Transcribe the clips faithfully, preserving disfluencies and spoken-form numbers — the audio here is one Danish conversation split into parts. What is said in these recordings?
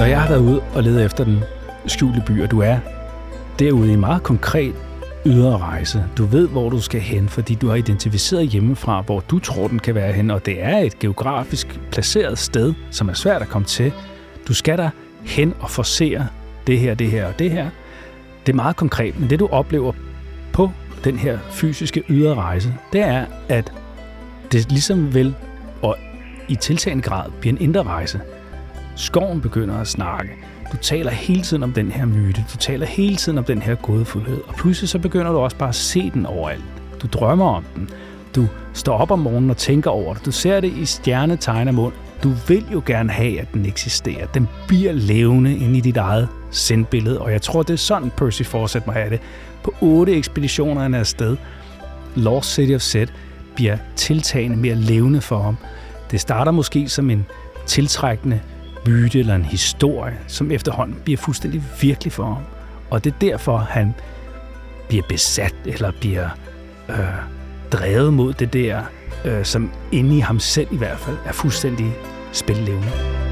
jeg har været ude og ledet efter den skjulte by, og du er derude i en meget konkret ydre rejse. Du ved, hvor du skal hen, fordi du har identificeret hjemmefra, hvor du tror, den kan være hen, og det er et geografisk placeret sted, som er svært at komme til. Du skal der hen og forsere det her, det her og det her. Det er meget konkret, men det du oplever på den her fysiske ydre rejse, det er, at det ligesom vil, og i tiltagende grad, bliver en indre rejse. Skoven begynder at snakke. Du taler hele tiden om den her myte. Du taler hele tiden om den her gådefuldhed. Og pludselig så begynder du også bare at se den overalt. Du drømmer om den. Du står op om morgenen og tænker over det. Du ser det i stjernetegn af mund. Du vil jo gerne have, at den eksisterer. Den bliver levende inde i dit eget sindbillede. Og jeg tror, det er sådan, Percy Fawcett må have det. På otte ekspeditioner han er afsted. Lost City of Z bliver tiltagende mere levende for ham. Det starter måske som en tiltrækkende myte eller en historie, som efterhånden bliver fuldstændig virkelig for ham. Og det er derfor, han bliver besat, eller bliver øh, drevet mod det der, øh, som inde i ham selv i hvert fald, er fuldstændig spillelevende.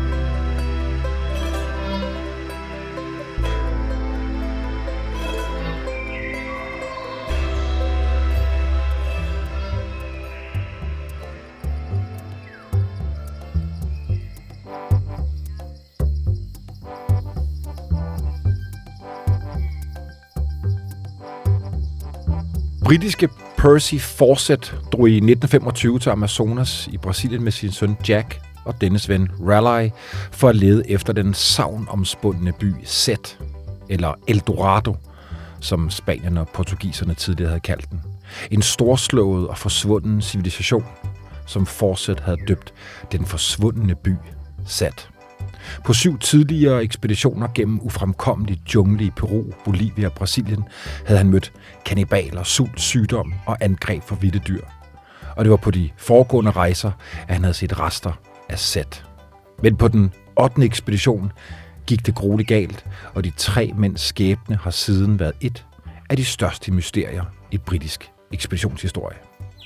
Britiske Percy Fawcett drog i nitten femogtyve til Amazonas i Brasilien med sin søn Jack og dennes ven Raleigh for at lede efter den sagnomspundne by Z, eller El Dorado, som spanierne og portugiserne tidligere havde kaldt den. En storslået og forsvunden civilisation, som Fawcett havde døbt den forsvundne by Z. På syv tidligere ekspeditioner gennem ufremkommelig jungle i Peru, Bolivia og Brasilien havde han mødt kannibaler, sult, sygdom og angreb fra vilde dyr. Og det var på de foregående rejser, at han havde set rester af Z. Men på den ottende ekspedition gik det grueligt galt, og de tre mænds skæbne har siden været et af de største mysterier i britisk ekspeditionshistorie.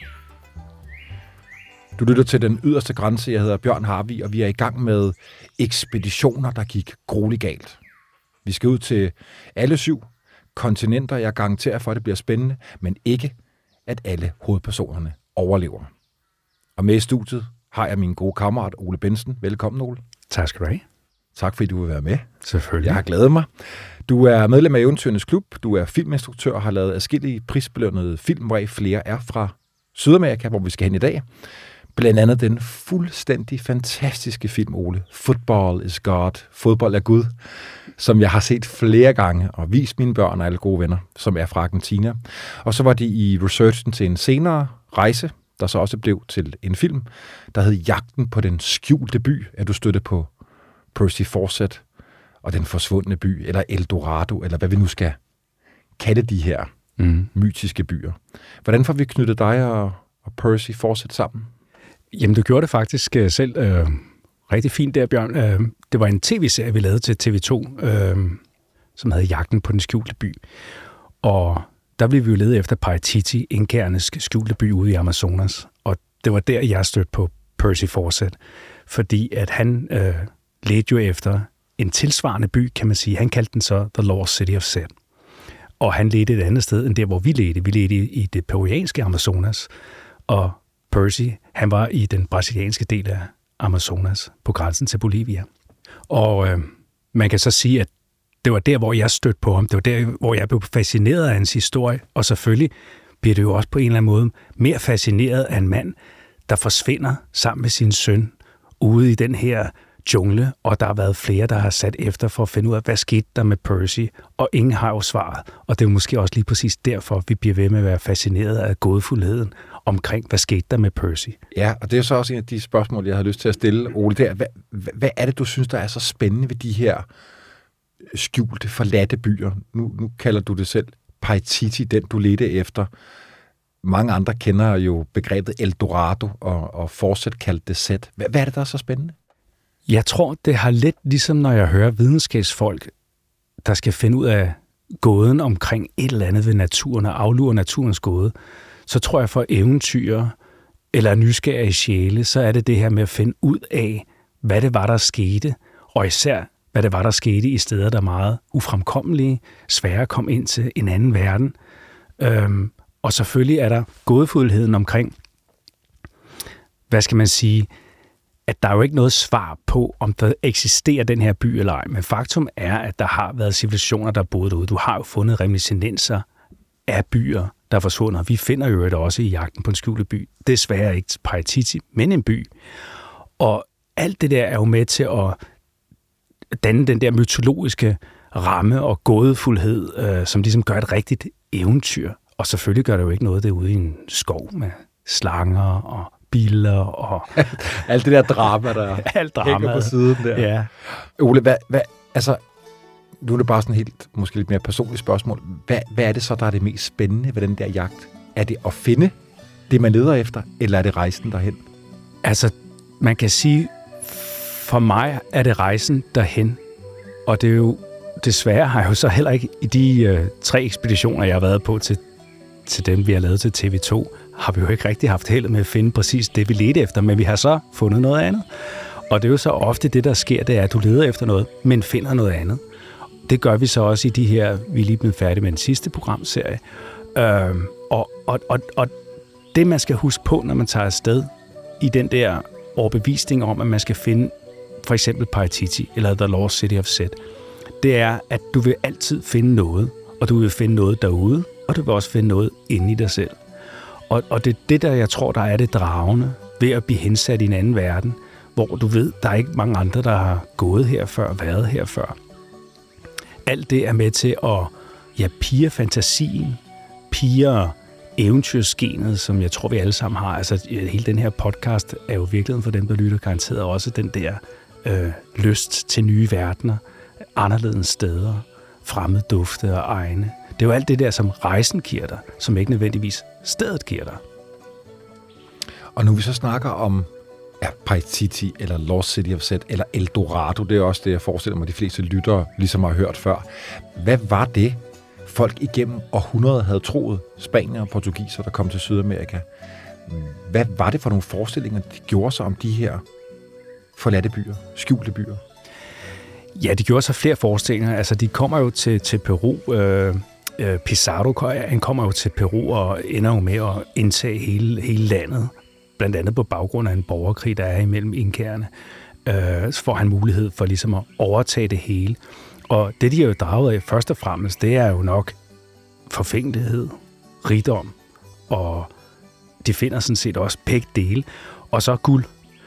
Du lytter til Den Yderste Grænse. Jeg hedder Bjørn Harvig, og vi er i gang med ekspeditioner, der gik grueligt galt. Vi skal ud til alle syv kontinenter. Jeg garanterer for, at det bliver spændende, men ikke, at alle hovedpersonerne overlever. Og med i studiet har jeg min gode kammerat Ole Bentzen. Velkommen, Ole. Tak skal du have. Tak fordi du vil være med. Selvfølgelig. Jeg har glædet mig. Du er medlem af Eventyrenes Klub. Du er filminstruktør og har lavet adskillige prisbelønnede film, hvor flere er fra Sydamerika, hvor vi skal hen i dag. Blandt andet den fuldstændig fantastiske film, Ole, Football is God, Fodbold er Gud, som jeg har set flere gange og vist mine børn og alle gode venner, som er fra Argentina. Og så var de i researchen til en senere rejse, der så også blev til en film, der hed Jagten på den skjulte by, at du støtte på Percy Fawcett og den forsvundne by, eller El Dorado, eller hvad vi nu skal kalde de her mm. mytiske byer. Hvordan får vi knyttet dig og, og Percy Fawcett sammen? Jamen, du gjorde det faktisk selv øh, rigtig fint der, Bjørn. Øh, det var en tv-serie, vi lavede til T V to, øh, som hed Jagten på den skjulte by. Og der blev vi jo ledet efter Paititi, inkærernes skjulte by ude i Amazonas. Og det var der, jeg stødte på Percy Fawcett. Fordi at han øh, ledte jo efter en tilsvarende by, kan man sige. Han kaldte den så The Lost City of Z. Og han ledte et andet sted end der, hvor vi ledte. Vi ledte i, i det peruanske Amazonas. Og Percy, han var i den brasilianske del af Amazonas, på grænsen til Bolivia. Og øh, man kan så sige, at det var der, hvor jeg stødte på ham. Det var der, hvor jeg blev fascineret af hans historie. Og selvfølgelig bliver det jo også på en eller anden måde mere fascineret af en mand, der forsvinder sammen med sin søn ude i den her jungle. Og der har været flere, der har sat efter for at finde ud af, hvad skete der med Percy. Og ingen har jo svaret. Og det er jo måske også lige præcis derfor, vi bliver ved med at være fascineret af gådefuldheden omkring, hvad skete der med Percy. Ja, og det er så også en af de spørgsmål, jeg har lyst til at stille, Ole. Der. Hvad, hvad er det, du synes, der er så spændende ved de her skjulte, forladte byer? Nu, nu kalder du det selv Paititi, den du ledte efter. Mange andre kender jo begrebet El Dorado, og, og fortsat kaldt det Z. Hvad, hvad er det, der er så spændende? Jeg tror, det har lidt ligesom, når jeg hører videnskabsfolk, der skal finde ud af gåden omkring et eller andet ved naturen og aflure naturens gåde, så tror jeg for eventyr eller nysgerrige sjæle, så er det det her med at finde ud af, hvad det var, der skete, og især hvad det var, der skete i steder, der er meget ufremkommelige, svære at komme ind til en anden verden. Øhm, og selvfølgelig er der gådefuldheden omkring, hvad skal man sige, at der er jo ikke noget svar på, om der eksisterer den her by eller ej. Men faktum er, at der har været civilisationer, der boede derude. Du har jo fundet reminiscenser af byer, der er forsvundet. Vi finder jo det også i Jagten på en skjulte by. Desværre ikke Paititi, men en by. Og alt det der er jo med til at danne den der mytologiske ramme og gådefuldhed, øh, som ligesom gør et rigtigt eventyr. Og selvfølgelig gør det jo ikke noget derude i en skov med slanger og biler og... alt det der drama, der alt drama. hænger på siden der. Ja. Ole, hvad, hvad, altså, nu er det bare sådan helt, måske lidt mere personligt spørgsmål. Hvad, hvad er det så, der er det mest spændende ved den der jagt? Er det at finde det, man leder efter, eller er det rejsen derhen? Altså, man kan sige, for mig er det rejsen derhen. Og det er jo, desværre har jeg jo så heller ikke i de øh, tre ekspeditioner, jeg har været på til, til dem, vi har lavet til T V to, har vi jo ikke rigtig haft held med at finde præcis det, vi ledte efter, men vi har så fundet noget andet. Og det er jo så ofte det, der sker, det er, at du leder efter noget, men finder noget andet. Det gør vi så også i de her, vi er lige blevet færdige med den sidste programserie. Øhm, og, og, og, og det, man skal huske på, når man tager afsted i den der overbevisning om, at man skal finde for eksempel Paititi eller The Lost City of Set, det er, at du vil altid finde noget, og du vil finde noget derude, og du vil også finde noget inde i dig selv. Og, og det er det, der jeg tror, der er det dragende ved at blive hensat i en anden verden, hvor du ved, der er ikke mange andre, der har gået her før, været her før. Alt det er med til at ja, pire fantasien, pire eventyrsgenet, som jeg tror, vi alle sammen har. Altså, hele den her podcast er jo virkeligheden for dem, der lytter, garanteret også den der øh, lyst til nye verdener, anderledes steder, fremmede dufte og egne. Det er jo alt det der, som rejsen giver dig, som ikke nødvendigvis stedet giver dig. Og nu vi så snakker om ja, Paititi, eller Lost City of Set, eller El Dorado, det er også det, jeg forestiller mig, de fleste lyttere ligesom har hørt før. Hvad var det, folk igennem århundreder havde troet, spanier og portugiser, der kom til Sydamerika? Hvad var det for nogle forestillinger, de gjorde sig om de her forladte byer, skjulte byer? Ja, de gjorde sig flere forestillinger. Altså, de kommer jo til, til Peru. Øh, øh, Pizarro, han kommer jo til Peru og ender jo med at indtage hele, hele landet. Blandt andet på baggrund af en borgerkrig, der er imellem inkerne. Øh, så får han mulighed for ligesom at overtage det hele. Og det, de er jo draget af først og fremmest, det er jo nok forfængelighed, rigdom, og de finder sådan set også begge dele. Og så guld.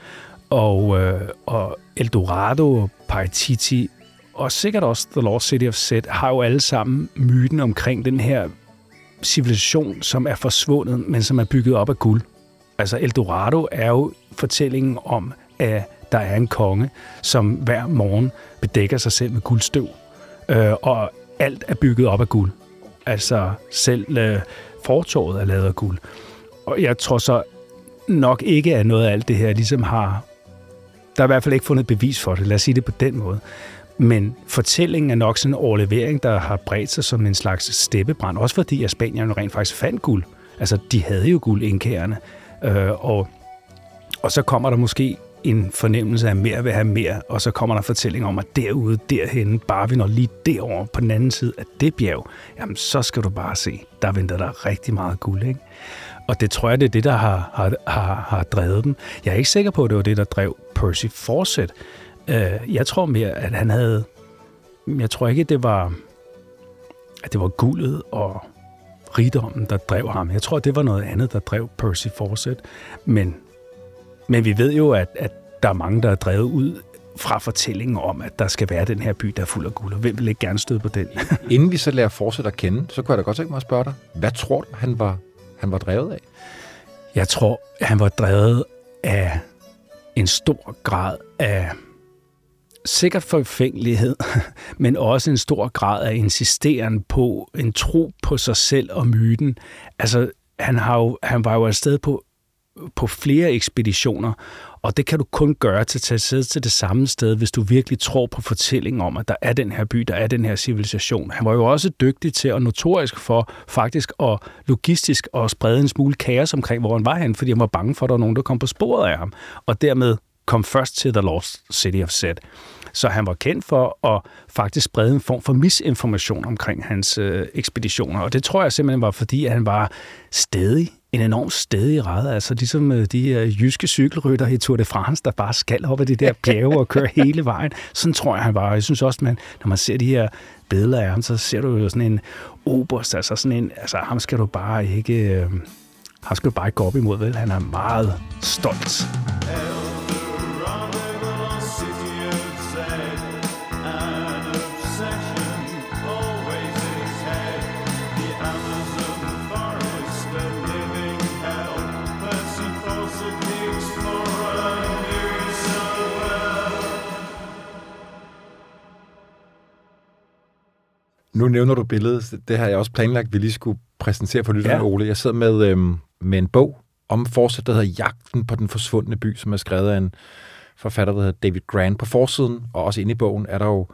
Og, øh, og El Dorado, Paititi og sikkert også The Lost City of Set har jo alle sammen myten omkring den her civilisation, som er forsvundet, men som er bygget op af guld. Altså El Dorado er jo fortællingen om, at der er en konge, som hver morgen bedækker sig selv med guldstøv. Øh, og alt er bygget op af guld. Altså selv øh, fortovet er lavet af guld. Og jeg tror så nok ikke, at noget af alt det her ligesom har... Der er i hvert fald ikke fundet bevis for det, lad os sige det på den måde. Men fortællingen er nok sådan en overlevering, der har bredt sig som en slags steppebrand. Også fordi, at spanierne rent faktisk fandt guld. Altså, de havde jo guld, inkærerne. Øh, og, og så kommer der måske en fornemmelse af mere vil have mere, og så kommer der fortælling om, at derude, derhenne, bare vi når lige derovre på den anden side af det bjerg, jamen så skal du bare se, der venter der rigtig meget guld, ikke? Og det tror jeg, det er det, der har, har, har, har drevet dem. Jeg er ikke sikker på, at det var det, der drev Percy Fawcett. Uh, jeg tror mere, at han havde... Jeg tror ikke, det var, at det var guldet og rigdommen, der drev ham. Jeg tror, det var noget andet, der drev Percy Fawcett. Men, men vi ved jo, at, at der er mange, der er drevet ud fra fortællingen om, at der skal være den her by, der er fuld af guld. Og hvem vil ikke gerne støde på den? Inden vi så lærer Fawcett at kende, så kunne jeg da godt tænke mig at spørge dig. Hvad tror du, han var... han var drevet af? Jeg tror, han var drevet af en stor grad af sikkert forfængelighed, men også en stor grad af insisteren på en tro på sig selv og myten. Altså, han, har jo, han var jo afsted på, på flere ekspeditioner, og det kan du kun gøre til at tage afsted til det samme sted, hvis du virkelig tror på fortællingen om, at der er den her by, der er den her civilisation. Han var jo også dygtig til og notorisk for faktisk og logistisk at sprede en smule kaos omkring, hvor han var hen, fordi han var bange for, at der var nogen, der kom på sporet af ham, og dermed kom først til The Lost City of Set. Så han var kendt for at faktisk sprede en form for misinformation omkring hans øh, ekspeditioner. Og det tror jeg simpelthen var, fordi han var stædig, en enormt stædig ræd. Altså ligesom øh, de her jyske cykelrytter i Tour de France, der bare skal op ad de der bjerge og køre hele vejen. Sådan tror jeg, han var. Jeg synes også, man, når man ser de her billeder af ham, så ser du jo sådan en oberst, altså sådan en, altså ham skal du bare ikke, øh, ham skal du bare ikke gå op imod, vel? Han er meget stolt. Nu nævner du billedet. Det har jeg også planlagt, at vi lige skulle præsentere for lytterne, ja. Ole. Jeg sidder med, øhm, med en bog om forsæt, der hedder Jagten på den forsvundne by, som er skrevet af en forfatter, der hedder David Grant. På forsiden, og også inde i bogen, er der jo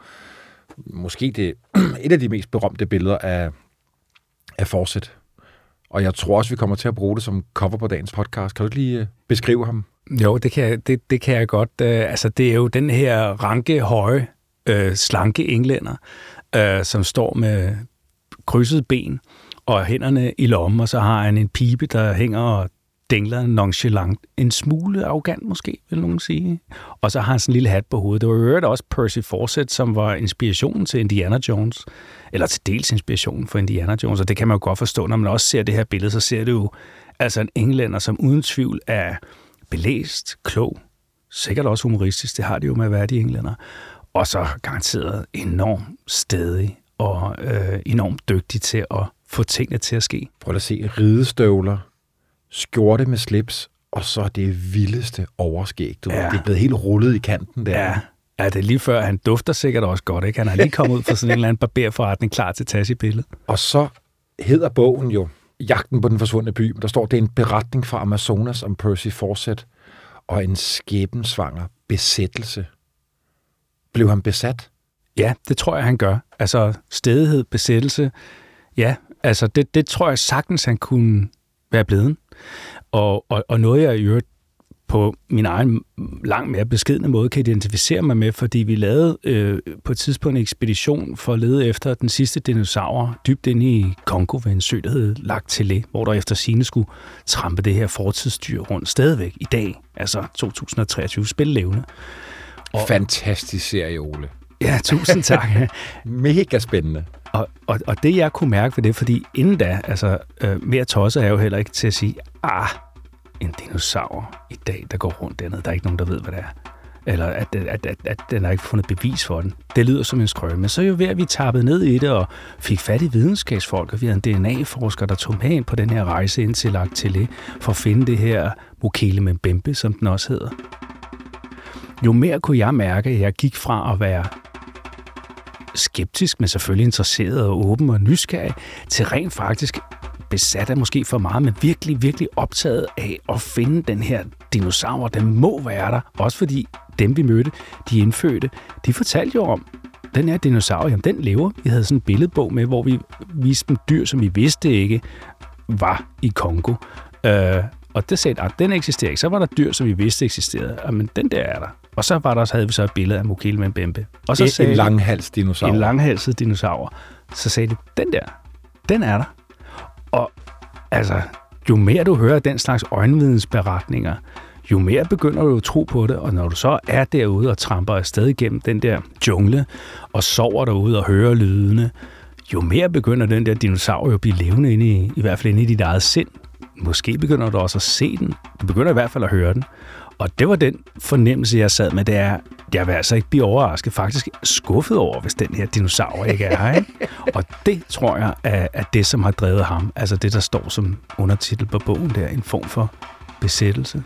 måske det, et af de mest berømte billeder af, af forsæt. Og jeg tror også, vi kommer til at bruge det som cover på dagens podcast. Kan du lige beskrive ham? Jo, det kan jeg, det, det kan jeg godt. Altså, det er jo den her ranke, høje, øh, slanke englænder, øh, som står med krydsede ben og hænderne i lommen, og så har han en pibe, der hænger og dingler nonchalant. En smule arrogant måske, vil nogen sige. Og så har han sådan en lille hat på hovedet. Det var jo øvrigt også Percy Fawcett, som var inspirationen til Indiana Jones. Eller til dels inspirationen for Indiana Jones, og det kan man jo godt forstå. Når man også ser det her billede, så ser det jo altså en englænder, som uden tvivl er belæst, klog, sikkert også humoristisk. Det har det jo med at være de englænder. Og så garanteret enormt stædig og øh, enormt dygtig til at få tingene til at ske. Prøv at se ridestøvler, skjorte med slips, og så det vildeste overskæg. Du ja. Det er blevet helt rullet i kanten der. Ja. ja, det er lige før. Han dufter sikkert også godt, ikke? Han har lige kommet ud fra sådan en eller anden barberforretning, klar til at tage sit billede. Og så hedder bogen jo Jagten på den forsvundne by. Der står, det er en beretning fra Amazonas om Percy Fawcett og en skæbensvanger besættelse. Blev han besat? Ja, det tror jeg, han gør. Altså stædighed, besættelse. Ja, altså det, det tror jeg sagtens, han kunne være blevet. Og, og, og noget, jeg i øvrigt på min egen langt mere beskedne måde kan identificere mig med, fordi vi lavede øh, på et tidspunkt en ekspedition for at lede efter den sidste dinosaur dybt inde i Congo ved en sø, der hed Lac Télé, hvor der efter sigende skulle trampe det her fortidsdyr rundt stadigvæk i dag, altså to tusind og treogtyve, spillevende. Og, fantastisk serie, Ole. Ja, tusind tak. Mega spændende. Og, og, og det, jeg kunne mærke ved det, fordi inden da, altså øh, mere tosset er jo heller ikke til at sige, ah, en dinosaur i dag, der går rundt dernede. Der er ikke nogen, der ved, hvad det er. Eller at, at, at, at, at den har ikke fundet bevis for den. Det lyder som en skrøne. Men så er jo ved, at vi tappede ned i det og fik fat i videnskabsfolk, og vi havde en D N A-forsker, der tog med ind på den her rejse ind til Lac Télé for at finde det her Mokele Mbembe, som den også hedder. Jo mere kunne jeg mærke, at jeg gik fra at være skeptisk, men selvfølgelig interesseret og åben og nysgerrig, til rent faktisk besat af måske for meget, men virkelig, virkelig optaget af at finde den her dinosaur. Den må være der, også fordi dem, vi mødte, de indfødte, de fortalte jo om, den her dinosaur, jamen den lever. Vi havde sådan en billedbog med, hvor vi viste dem dyr, som vi vidste ikke var i Kongo. Øh, og det sagde, at den eksisterer ikke. Så var der dyr, som vi vidste eksisterede. Men den der er der. Og så var der, så havde vi så et billede af Mokele Mbembe. Og så det er en langhalset dinosaur. En langhalset dinosaur. Så sagde de, den der, den er der. Og altså, jo mere du hører den slags øjenvidensberetninger, jo mere begynder du at tro på det. Og når du så er derude og tramper afsted igennem den der jungle, og sover derude og hører lydene, jo mere begynder den der dinosaur jo at blive levende inde i, i hvert fald inde i dit eget sind. Måske begynder du også at se den. Du begynder i hvert fald at høre den. Og det var den fornemmelse, jeg sad med, det er, jeg vil altså ikke blive overrasket, faktisk skuffet over, hvis den her dinosaur ikke er her. Ikke? Og det, tror jeg, er, er det, som har drevet ham. Altså det, der står som undertitel på bogen, der en form for besættelse.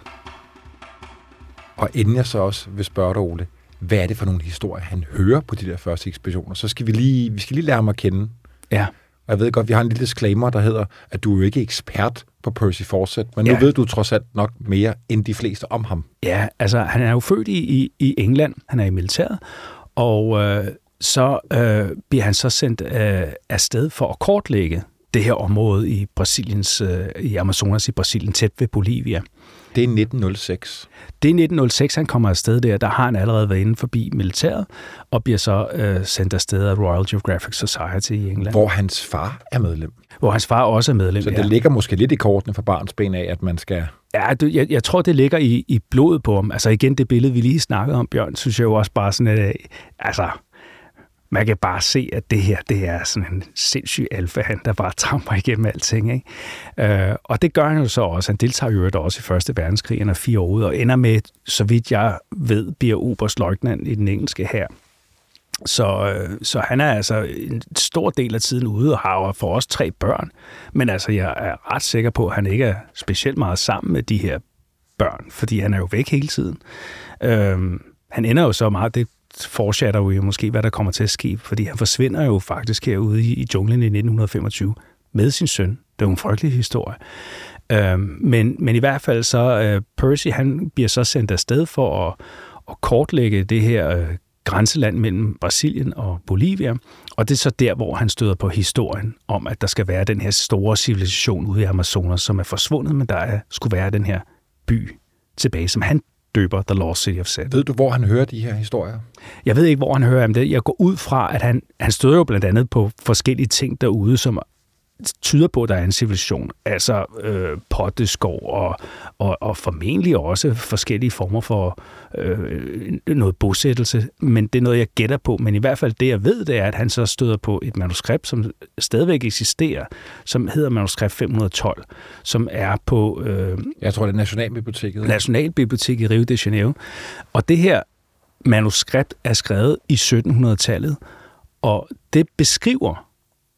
Og inden jeg så også vil spørge dig, Ole, hvad er det for nogle historier, han hører på de der første ekspeditioner? Så skal vi lige, vi skal lige lære ham at kende. Ja. Og jeg ved godt, vi har en lille disclaimer, der hedder, at du er jo ikke ekspert på Percy Fawcett, men nu ja. ved du trods alt nok mere end de fleste om ham. Ja, altså han er jo født i, i, i England, han er i militæret, og øh, så øh, bliver han så sendt øh, afsted for at kortlægge det her område i Brasiliens, øh, i Amazonas i Brasilien, tæt ved Bolivia. Det er nitten nul seks. Det er nitten nul seks, han kommer afsted der. Der har han allerede været inde forbi militæret, og bliver så øh, sendt afsted af Royal Geographic Society i England. Hvor hans far er medlem. Hvor hans far også er medlem, Så det ja. ligger måske lidt i kortene for barnsben af, at man skal... Ja, du, jeg, jeg tror, det ligger i, i blodet på ham. Altså igen, det billede, vi lige snakkede om, Bjørn, synes jeg jo også bare sådan, at altså, man kan bare se, at det her, det er sådan en sindssyg alfa-han, der bare tramper igennem alting, ikke? Øh, og det gør han jo så også. Han deltager jo også i Første Verdenskrig, han er fire år ude, og ender med, så vidt jeg ved, bliver oberstløjtnant i den engelske hær. Så, øh, så han er altså en stor del af tiden ude og har for os tre børn. Men altså, jeg er ret sikker på, at han ikke er specielt meget sammen med de her børn, fordi han er jo væk hele tiden. Øh, han ender jo så meget, det foreshatter jo måske, hvad der kommer til at ske, fordi han forsvinder jo faktisk herude i, i junglen i nitten femogtyve med sin søn. Det er jo en frygtelig historie. Øh, men, men i hvert fald så, øh, Percy, han bliver så sendt afsted for at, at kortlægge det her øh, grænseland mellem Brasilien og Bolivia, og det er så der, hvor han støder på historien om, at der skal være den her store civilisation ude i Amazonas, som er forsvundet, men der er, skulle være den her by tilbage, som han døber The Lost City of Set. Ved du, hvor han hører de her historier? Jeg ved ikke, hvor han hører om det. Jeg går ud fra, at han, han støder jo blandt andet på forskellige ting derude, som tyder på, at der er en civilisation. Altså øh, potteskov og, og, og formentlig også forskellige former for øh, noget bosættelse. Men det er noget, jeg gætter på. Men i hvert fald det, jeg ved, det er, at han så støder på et manuskript, som stadigvæk eksisterer, som hedder manuskript fem hundrede og tolv, som er på... Øh, jeg tror, det er Nationalbiblioteket. Nationalbiblioteket i Rio de Janeiro. Og det her manuskript er skrevet i sytten hundrede-tallet, og det beskriver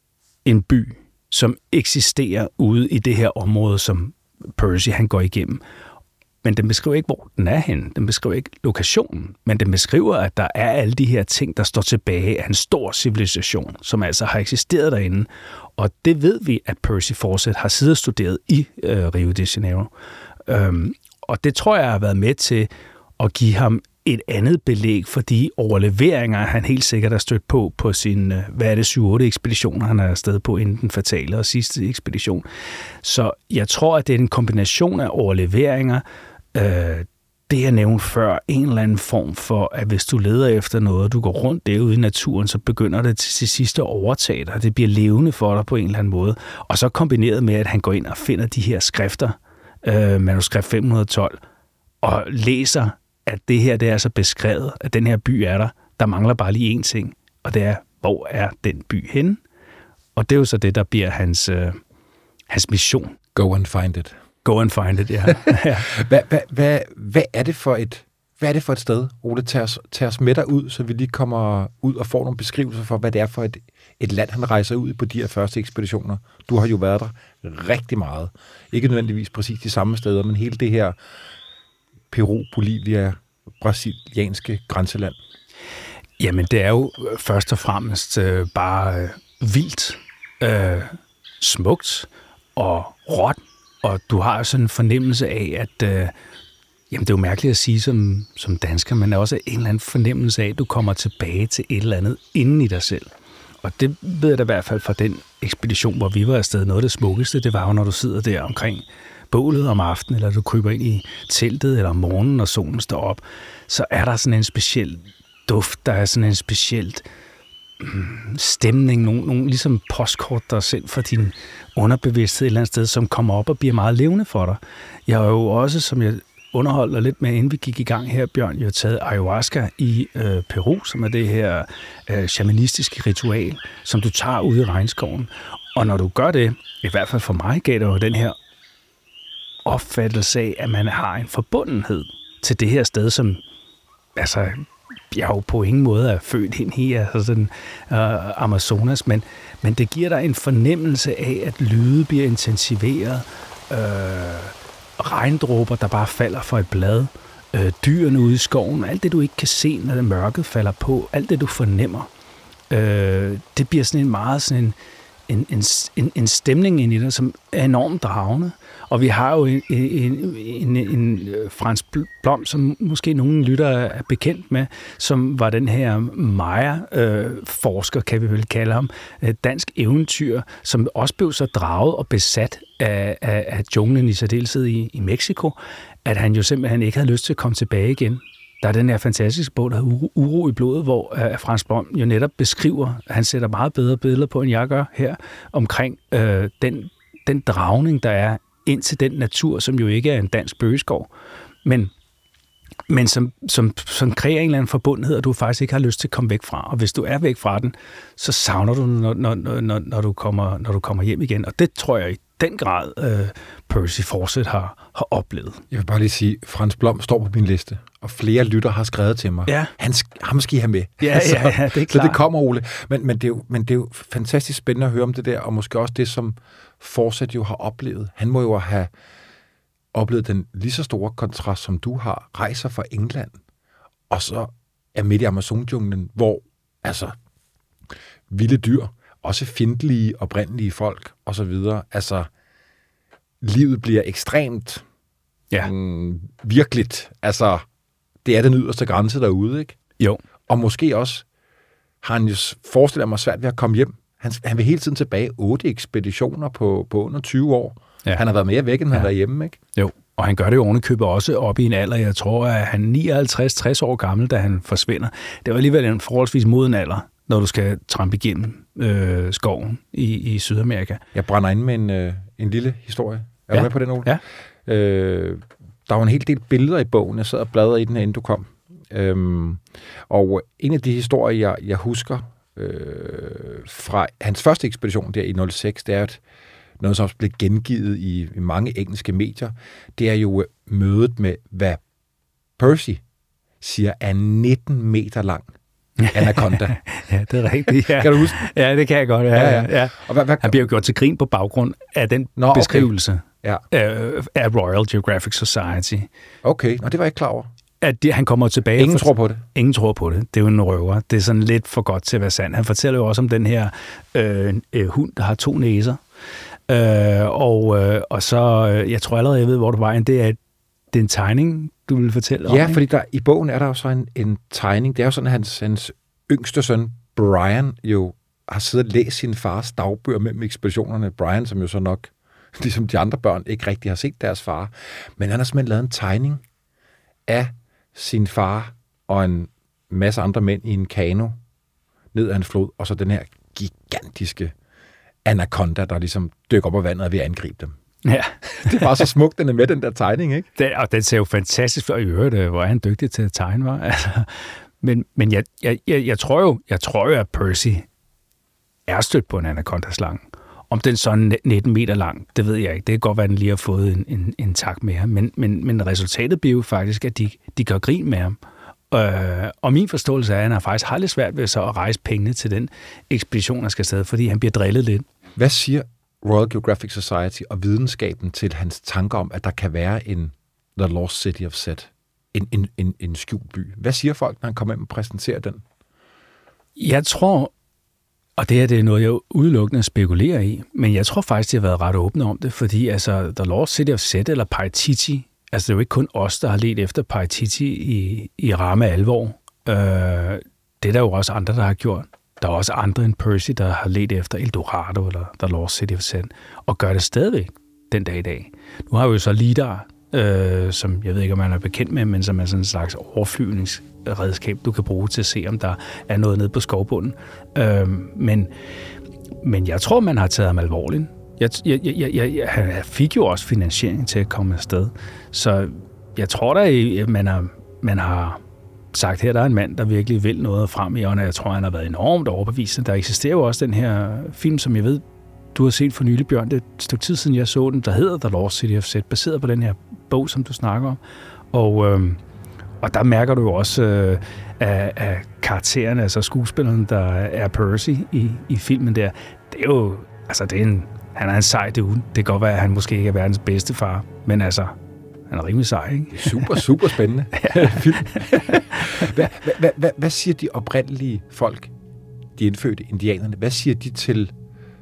en by, som eksisterer ude i det her område, som Percy han går igennem. Men den beskriver ikke, hvor den er henne. Den beskriver ikke lokationen, men den beskriver, at der er alle de her ting, der står tilbage af en stor civilisation, som altså har eksisteret derinde. Og det ved vi, at Percy Fawcett har siddet og studeret i øh, Rio de Janeiro. Øhm, og det tror jeg har været med til at give ham et andet belæg for de overleveringer, han helt sikkert har stødt på på sin, hvad er det, syv otte ekspeditioner, han er afsted på inden den fatale og sidste ekspedition. Så jeg tror, at det er en kombination af overleveringer, øh, det jeg nævnte før, en eller anden form for, at hvis du leder efter noget, du går rundt derude i naturen, så begynder det til sidst at overtage dig, det bliver levende for dig på en eller anden måde. Og så kombineret med, at han går ind og finder de her skrifter, øh, manuskript fem hundrede og tolv, og læser, at det her, det er så beskrevet, at den her by er der. Der mangler bare lige én ting, og det er, hvor er den by henne? Og det er jo så det, der bliver hans, øh, hans mission. Go and find it. Go and find it, ja. ja. hvad, hvad, hvad, hvad, er det for et, hvad er det for et sted, Ole? Tag os, tag os med dig ud, så vi lige kommer ud og får nogle beskrivelser for, hvad det er for et, et land, han rejser ud på de her første ekspeditioner. Du har jo været der rigtig meget. Ikke nødvendigvis præcis de samme steder, men hele det her Peru, Bolivia, brasilianske grænseland. Jamen, det er jo først og fremmest øh, bare øh, vildt, øh, smukt og råt, og du har sådan en fornemmelse af, at øh, jamen, det er jo mærkeligt at sige som, som dansker, men der er også en eller anden fornemmelse af, at du kommer tilbage til et eller andet inden i dig selv. Og det ved jeg da i hvert fald fra den ekspedition, hvor vi var afsted. Noget af det smukkeste, det var jo, når du sidder der omkring bålet om aftenen, eller du kryber ind i teltet, eller om morgenen, når solen står op, så er der sådan en speciel duft, der er sådan en specielt mm, stemning, nogle, nogle ligesom postkort, der er sendt fra din underbevidsthed et eller andet sted, som kommer op og bliver meget levende for dig. Jeg har jo også, som jeg underholdt lidt med, inden vi gik i gang her, Bjørn, jeg har taget ayahuasca i øh, Peru, som er det her øh, shamanistiske ritual, som du tager ude i regnskoven. Og når du gør det, i hvert fald for mig, gav det jo den her opfattelse af, at man har en forbundenhed til det her sted, som altså, jeg jo på ingen måde er født ind i, altså den uh, Amazonas, men, men det giver dig en fornemmelse af, at lyde bliver intensiveret, øh, regndråber, der bare falder fra et blad, øh, dyrene ude i skoven, alt det, du ikke kan se, når det mørket falder på, alt det, du fornemmer, øh, det bliver sådan en meget sådan en en, en, en, en stemning ind i det, som er enormt dragende. Og vi har jo en, en, en, en Frans Blom, som måske nogle lyttere er bekendt med, som var den her Maya-forsker, kan vi vel kalde ham, dansk eventyr, som også blev så draget og besat af, af, af junglen i særdeleshed i, i Mexico, at han jo simpelthen ikke havde lyst til at komme tilbage igen. Der er den her fantastiske bog, der hedder Uro, Uro i blodet, hvor uh, Frans Blom jo netop beskriver, han sætter meget bedre billeder på, end jeg gør her, omkring øh, den, den dragning, der er ind til den natur, som jo ikke er en dansk bøgeskov, men, men som, som, som kræver en eller anden forbundethed, og du faktisk ikke har lyst til at komme væk fra. Og hvis du er væk fra den, så savner du den, når, når, når, når, du, kommer, når du kommer hjem igen. Og det tror jeg i den grad, øh, Percy Fawcett har, har oplevet. Jeg vil bare lige sige, Frans Blom står på min liste, og flere lytter har skrevet til mig. Ja. Han, ham skal I have med. Ja, altså, ja, ja, det er klart. Så det kommer, Ole. Men, men, det er jo, men det er jo fantastisk spændende at høre om det der, og måske også det, som Fawcett jo har oplevet. Han må jo have oplevet den lige så store kontrast, som du har, rejser fra England, og så er midt i Amazonjunglen, hvor altså vilde dyr, også fjendtlige, oprindelige folk, og så videre. Altså, livet bliver ekstremt ja. mm, virkeligt. Altså, det er den yderste grænse derude, ikke? Jo. Og måske også har han jo forestillet mig svært ved at komme hjem. Han, han vil hele tiden tilbage. Otte ekspeditioner på, på under tyve år. Ja. Han har været mere væk, end ja. han er hjemme, ikke? Jo, og han gør det jo ovenikøbet også op i en alder. Jeg tror, at han er nioghalvtreds til tres år gammel, da han forsvinder. Det var alligevel en forholdsvis moden alder, når du skal trampe igennem øh, skoven i, i Sydamerika. Jeg brænder ind med en, øh, en lille historie. Er ja. du med på den, Ole? Ja. Øh, der var en hel del billeder i bogen. Jeg sad og bladrede i den her, inden du kom. Øhm, og en af de historier, jeg, jeg husker øh, fra hans første ekspedition der i nul seks, det er et, noget, som også blev gengivet i, i mange engelske medier. Det er jo mødet med, hvad Percy siger er nitten meter lang anaconda. Ja, det er rigtigt. Ja. Kan du huske? Ja, det kan jeg godt. Ja, ja, ja. Og hvad, hvad... Han bliver jo gjort til grin på baggrund af den Nå, beskrivelse okay. ja. af, af Royal Geographic Society. Okay, og det var jeg ikke klar over. At det, han kommer tilbage... Ingen for... tror på det. Ingen tror på det. Det er jo en røver. Det er sådan lidt for godt til at være sandt. Han fortæller jo også om den her øh, øh, hund, der har to næser. Øh, og, øh, og så, øh, jeg tror allerede, jeg ved, hvor du var hen. Det er, det er en tegning, du vil fortælle om. Ja, fordi der, i bogen er der jo så en, en tegning. Det er jo sådan, at hans, hans yngste søn, Brian, jo har siddet og læst sin fars dagbøger mellem ekspeditionerne. Brian, som jo så nok, ligesom de andre børn, ikke rigtig har set deres far. Men han har simpelthen lavet en tegning af sin far og en masse andre mænd i en kano ned ad en flod, og så den her gigantiske anaconda, der ligesom dykker op af vandet og er ved at angribe dem. Ja. Det er bare så smukt, den er med, den der tegning, ikke? Det, og den ser jo fantastisk ud, og i øvrigt, hvor er han dygtig til at tegne, var. Altså, men men jeg, jeg, jeg, jeg, tror jo, jeg tror jo, at Percy er stødt på en anaconda-slange. Om den så er nitten meter lang, det ved jeg ikke. Det kan godt være, at den lige har fået en, en, en tak med ham. Men, men, men resultatet bliver jo faktisk, at de, de gør grin med ham. Øh, og min forståelse er, at han har faktisk har lidt svært ved så at rejse pengene til den ekspedition, der skal afsted, fordi han bliver drillet lidt. Hvad siger Royal Geographic Society og videnskaben til hans tanker om, at der kan være en The Lost City of Set, en, en, en, en skjult by? Hvad siger folk, når han kommer ind og præsenterer den? Jeg tror, og det her det er noget, jeg udelukkende spekulerer i, men jeg tror faktisk, de har været ret åbne om det, fordi altså, The Lost City of Set eller Paititi, altså det er jo ikke kun os, der har let efter Paititi i, i ramme alvor. Øh, det er der jo også andre, der har gjort. Der er også andre end Percy, der har let efter Eldorado eller The Lost City of Set, og gør det stadigvæk den dag i dag. Nu har vi jo så LIDAR, øh, som jeg ved ikke, om man er bekendt med, men som er sådan en slags overflyvningsredskab, du kan bruge til at se, om der er noget nede på skovbunden. Øh, men, men jeg tror, man har taget ham alvorligt. Jeg, jeg, jeg, jeg, han fik jo også finansiering til at komme afsted. Så jeg tror da, at man har, man har sagt, her der er en mand, der virkelig vil noget frem i, og jeg tror, han har været enormt overbevisende. Der eksisterer jo også den her film, som jeg ved, du har set for nylig, Bjørn. Det er et stykke tid siden, jeg så den, der hedder The Lost City of Set, baseret på den her bog, som du snakker om. Og, øh, og der mærker du jo også øh, af, af karaktererne, altså skuespilleren, der er Percy i, i filmen der. Det er jo, altså det er en, han er en sej dude. Det kan godt være, at han måske ikke er verdens bedste far, men altså, han er rimelig sej, ikke? Super, super spændende film. hvad, hvad, hvad, hvad siger de oprindelige folk, de indfødte indianerne, hvad siger de til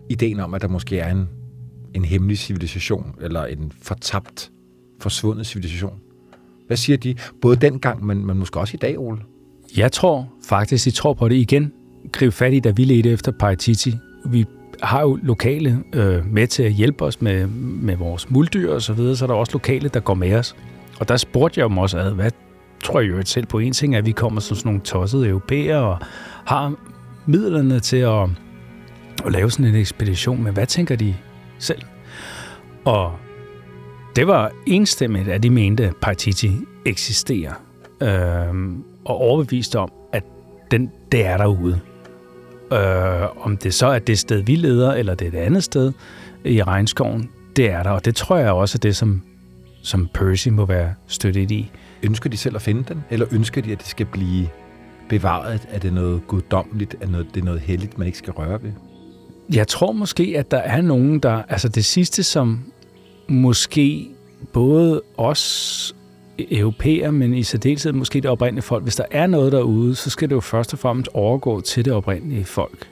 ideen om, at der måske er en, en hemmelig civilisation, eller en fortabt, forsvundet civilisation. Hvad siger de? Både dengang, men, men måske også i dag, Ole? Jeg tror faktisk, I tror på det igen. Grib fat i, da vi ledte efter Paititi. Vi har jo lokale øh, med til at hjælpe os med, med vores muldyr og så videre, så er der også lokale, der går med os. Og der spurgte jeg dem også, ad, hvad tror jeg jo selv på? En ting er, at vi kommer som sådan nogle tossede europæere og har midlerne til at, at lave sådan en ekspedition, men hvad tænker de selv? Og det var enstemmigt, at de mente, at Paititi eksisterer, øh, og overbevist om, at den, det er derude. Øh, om det så er det sted, vi leder, eller det er et andet sted i regnskoven, det er der, og det tror jeg også er det, som, som Percy må være støttet i. Ønsker de selv at finde den, eller ønsker de, at det skal blive bevaret? Er det noget guddommeligt? Er det noget helligt, man ikke skal røre ved? Jeg tror måske, at der er nogen, der... Altså det sidste, som måske både os europæer, men i særdeleshed måske det oprindelige folk, hvis der er noget derude, så skal det jo først og fremmest overgå til det oprindelige folk.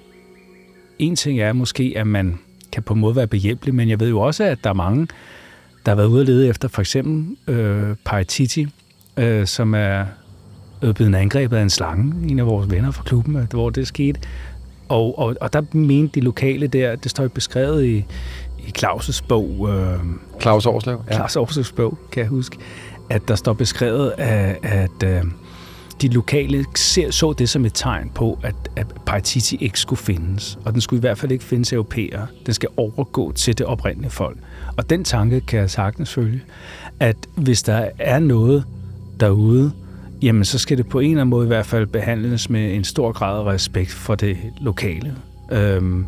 En ting er måske, at man kan på en måde være behjælpelig, men jeg ved jo også, at der er mange, der har været ude at lede efter for eksempel øh, Paititi, øh, som er blevet angrebet af en slange, en af vores venner fra klubben, hvor det skete. Og, og, og der mente de lokale der, det står jo beskrevet i, i Claus' bog. Øh, Claus Årslev? Ja. Claus Årslevs bog, kan jeg huske. At der står beskrevet, at, at øh, de lokale ser, så det som et tegn på, at, at Paititi ikke skulle findes. Og den skulle i hvert fald ikke findes europæere. Den skal overgå til det oprindelige folk. Og den tanke kan jeg sagtens følge, at hvis der er noget derude, jamen så skal det på en eller anden måde i hvert fald behandles med en stor grad af respekt for det lokale. Øhm,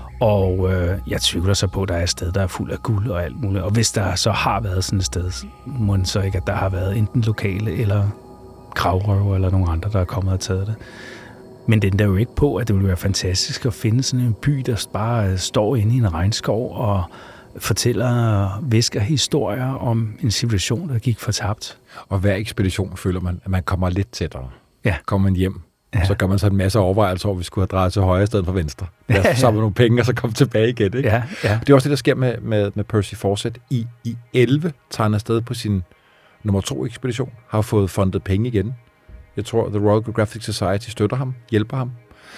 og øh, jeg tvivler så på, at der er et sted, der er fuld af guld og alt muligt. Og hvis der så har været sådan et sted, må det så ikke, at der har været enten lokale eller gravrøver eller nogle andre, der er kommet og taget det. Men det er jo ikke på, at det ville være fantastisk at finde sådan en by, der bare står inde i en regnskov og fortæller, visker historier om en civilisation, der gik fortabt. Og hver ekspedition føler man, at man kommer lidt tættere. Ja. Kommer man hjem, ja. Så gør man så en masse overvejelser over, at vi skulle have drejet til højre i stedet for venstre. Lad os samle nogle penge, og så komme tilbage igen. Ikke? Ja, ja. Det er også det, der sker med, med, med Percy Fawcett. I, I elleve tager han afsted på sin nummer to ekspedition, har fået fundet penge igen. Jeg tror, The Royal Geographic Society støtter ham, hjælper ham.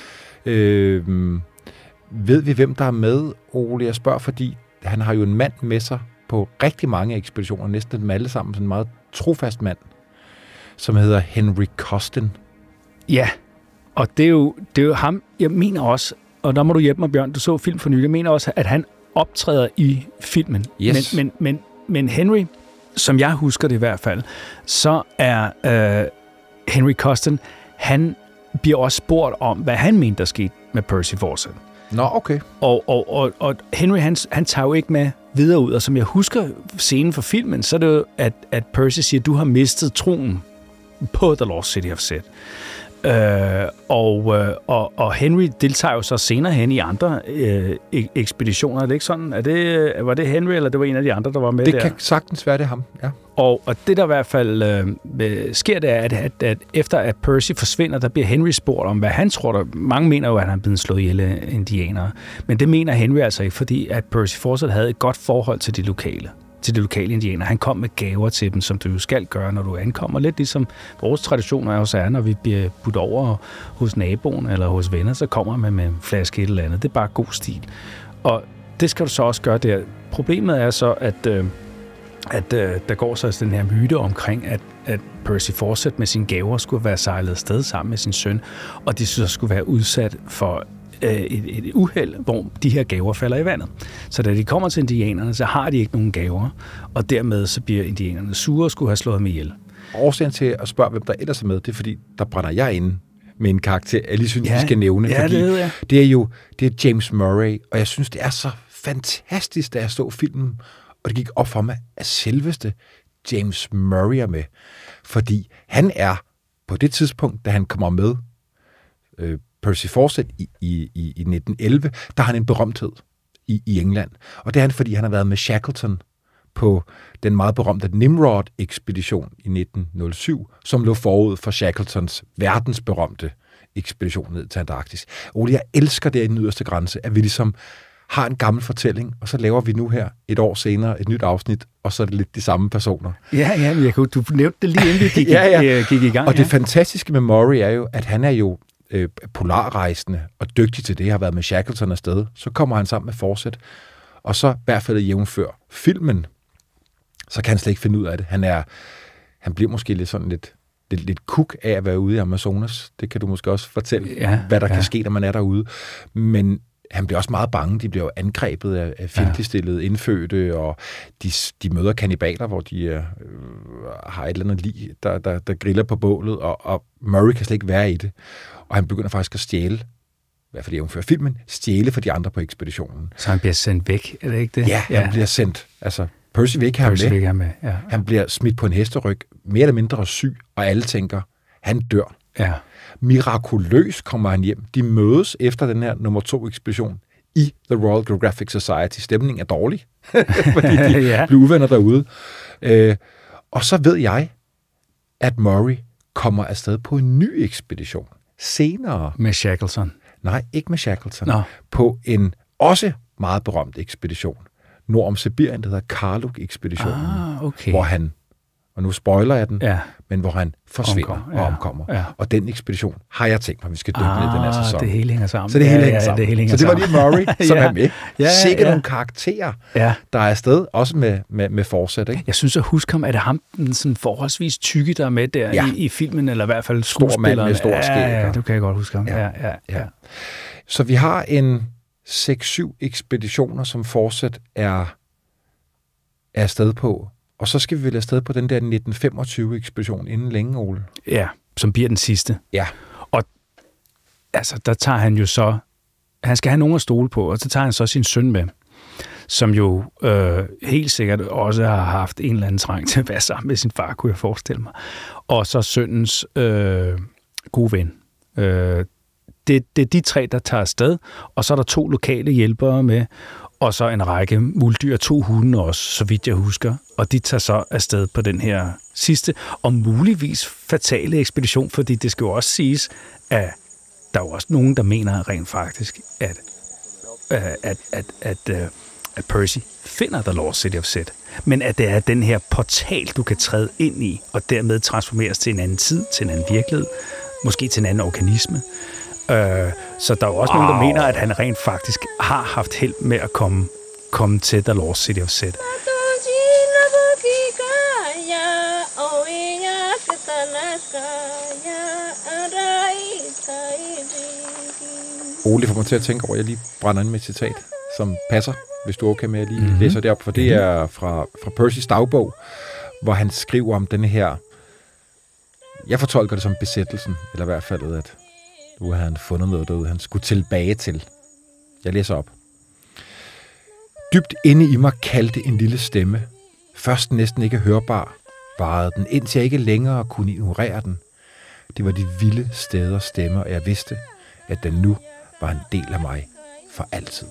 Øh, ved vi, hvem der er med, Ole? Jeg spørger, fordi han har jo en mand med sig på rigtig mange ekspeditioner, næsten dem alle sammen, sådan en meget trofast mand, som hedder Henry Costin. Ja, og det er, jo, det er jo ham, jeg mener også, og der må du hjælpe mig, Bjørn, du så film for nylig, jeg mener også, at han optræder i filmen. Yes. Men, men, men, men Henry, som jeg husker det i hvert fald, så er øh, Henry Costin, han bliver også spurgt om, hvad han mente, der skete med Percy Fawcett. Nå, okay. Og, og, og, og Henry, han, han tager jo ikke med videre ud, og som jeg husker scenen for filmen, så er det jo, at, at Percy siger, at du har mistet troen på The Lost City of Set. Øh, og, og, og Henry deltager jo så senere hen i andre øh, ekspeditioner. Er det ikke sådan? Er det, var det Henry, eller det var en af de andre, der var med det der? Det kan sagtens være det ham, ja. Og, og det, der i hvert fald øh, sker, det er, at, at, at efter at Percy forsvinder, der bliver Henry spurgt om, hvad han tror. Der, mange mener jo, at han er blevet slået ihjel af indianere. Men det mener Henry altså ikke, fordi at Percy Fawcett havde et godt forhold til de lokale. til de lokale indianer. Han kom med gaver til dem, som du jo skal gøre, når du ankommer. Lidt ligesom vores traditioner også er, når vi bliver budt over hos naboen eller hos venner, så kommer man med en flaske et eller andet. Det er bare god stil. Og det skal du så også gøre der. Problemet er så, at, øh, at øh, der går så den her myte omkring, at, at Percy Fawcett med sine gaver skulle være sejlet afsted sammen med sin søn, og de så skulle være udsat for Et, et uheld, hvor de her gaver falder i vandet. Så da de kommer til indianerne, så har de ikke nogen gaver, og dermed så bliver indianerne sure og skulle have slået dem ihjel. Årsagen til at spørge, hvem der ellers er med, det er fordi, der brænder jeg inde med en karakter, jeg lige synes, ja, vi skal nævne. Ja, fordi det, ja. det er jo det er James Murray, og jeg synes, det er så fantastisk, da jeg så filmen, og det gik op for mig, at selveste James Murray er med. Fordi han er, på det tidspunkt, da han kommer med, øh, Percy Fawcett i, i, i nitten elleve, der har han en berømthed i, i England. Og det er han, fordi han har været med Shackleton på den meget berømte Nimrod-ekspedition i nitten nul syv, som lå forud for Shackletons verdensberømte ekspedition ned til Antarktis. Ole, jeg elsker det i den yderste grænse, at vi ligesom har en gammel fortælling, og så laver vi nu her et år senere et nyt afsnit, og så er det lidt de samme personer. Ja, ja, men jeg kunne, du nævnte det lige inden vi gik, ja, ja. gik i gang. Og ja. det fantastiske med Murray er jo, at han er jo øh, polarrejsende og dygtig til det, har været med Shackleton afsted. Så kommer han sammen med Fawcett, og så i hvert fald jævnfør filmen, så kan han slet ikke finde ud af det. Han er, han bliver måske lidt sådan lidt, lidt, lidt kuk af at være ude i Amazonas. Det kan du måske også fortælle, ja, hvad der ja. kan ske, når man er derude. Men han bliver også meget bange. De bliver jo angrebet af, af fjendtligstillede indfødte, og de, de møder kannibaler, hvor de øh, har et eller andet lig, der, der, der griller på bålet, og, og Murray kan slet ikke være i det. Og han begynder faktisk at stjæle, i hvert fald jævnfør filmen, stjæle for de andre på ekspeditionen. Så han bliver sendt væk, er det ikke det? Ja, ja. han bliver sendt. Altså, Percy vil ikke have Percy ham med. Vil have med. Ja. Han bliver smidt på en hesteryg, mere eller mindre syg, og alle tænker, han dør. Ja. Mirakuløst kommer han hjem. De mødes efter den her nummer to ekspedition i The Royal Geographic Society. Stemningen er dårlig, fordi de ja. bliver uvenner derude. Øh, og så ved jeg, at Murray kommer afsted på en ny ekspedition senere. Med Shackleton? Nej, ikke med Shackleton. Nå. På en også meget berømt ekspedition nord om Sibirien, der hedder Karluk-ekspeditionen, ah, okay. hvor han, og nu spoiler jeg den, ja. men hvor han forsvinder Omkom, ja. og omkommer. Ja. Og den ekspedition har jeg tænkt mig, at vi skal dykke ah, ned i den her sæson. det hele hænger sammen. Så det hele ja, hænger ja, sammen. Det hele hænger så det var lige Murray, som ja. er med. Ja, Sikkert ja. nogle karakterer, ja. der er afsted, også med, med, med Fawcett, ikke? Jeg synes at huske ham, er det ham, den sådan forholdsvis tykke, der er med der ja. i, i filmen, eller i hvert fald skuespilleren. Stor mand med stor skæg. Ja, ja, du kan jeg godt huske ham. Ja. Ja, ja, ja. Ja. Så vi har en seks syv ekspeditioner, som Fawcett er, er afsted på. Og så skal vi vel afsted på den der nitten femogtyve-ekspedition inden længe, Ole. Ja, som bliver den sidste. Ja. Og altså, der tager han jo så... Han skal have nogen at stole på, og så tager han så sin søn med, som jo øh, helt sikkert også har haft en eller anden trang til at være sammen med sin far, kunne jeg forestille mig. Og så sønnens øh, gode ven. Øh, det, det er de tre, der tager afsted, og så er der to lokale hjælpere med, og så en række muldyr, to hunde også, så vidt jeg husker. Og de tager så afsted på den her sidste, og muligvis fatale ekspedition, fordi det skal jo også siges, at der er jo også nogen, der mener rent faktisk, at, at, at, at, at, at Percy finder The Lost City of Z. Men at det er den her portal, du kan træde ind i, og dermed transformeres til en anden tid, til en anden virkelighed, måske til en anden organisme. Øh, så der er jo også wow. nogen, der mener, at han rent faktisk har haft held med at komme, komme til The Lost City of Z. Ole får mig til at tænke over, at jeg lige brænder ind med et citat, som passer, hvis du er okay med at lige mm-hmm. læser det op, for det er fra, fra Percys dagbog, hvor han skriver om denne her, jeg fortolker det som besættelsen, eller i hvert fald, at nu havde han fundet noget derude, han skulle tilbage til. Jeg læser op. Dybt inde i mig kaldte en lille stemme, først næsten ikke hørbar, varede den, indtil jeg ikke længere kunne ignorere den. Det var de vilde steders stemmer, og jeg vidste, at den nu var en del af mig for altid.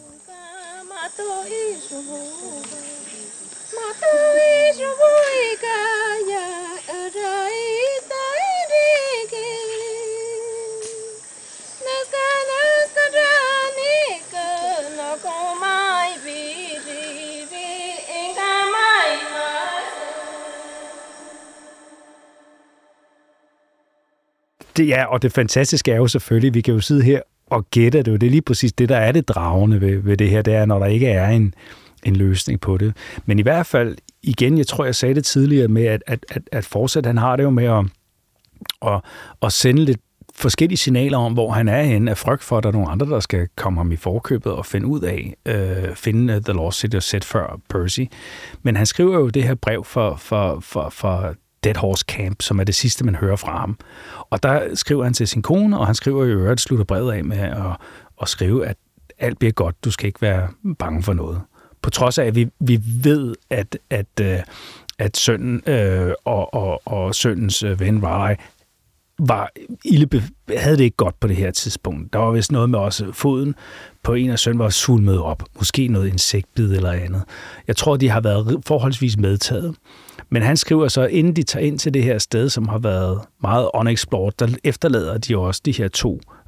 Det, ja, og det fantastiske er jo selvfølgelig, vi kan jo sidde her og gætte, det er jo det er lige præcis det, der er det dragende ved, ved det her, det er, når der ikke er en, en løsning på det. Men i hvert fald, igen, jeg tror, jeg sagde det tidligere med, at, at, at, at fortsat, han har det jo med at, at, at sende lidt forskellige signaler om, hvor han er henne, af frygt for, at der er nogle andre, der skal komme ham i forkøbet og finde ud af, øh, finde The Lost City of Z før Percy. Men han skriver jo det her brev for, for, for, for Dead Horse Camp, som er det sidste, man hører fra ham. Og der skriver han til sin kone, og han skriver i øvrigt, slutter brevet af med at, at skrive, at alt bliver godt, du skal ikke være bange for noget. På trods af, at vi, vi ved, at, at, at sønnen øh, og, og, og sønnens ven Raleigh var ilde, havde det ikke godt på det her tidspunkt. Der var vist noget med også foden på en af sønnen var svulmet op. Måske noget insektbid eller andet. Jeg tror, de har været forholdsvis medtaget. Men han skriver så, inden de tager ind til det her sted, som har været meget unexplored, der efterlader de også de her to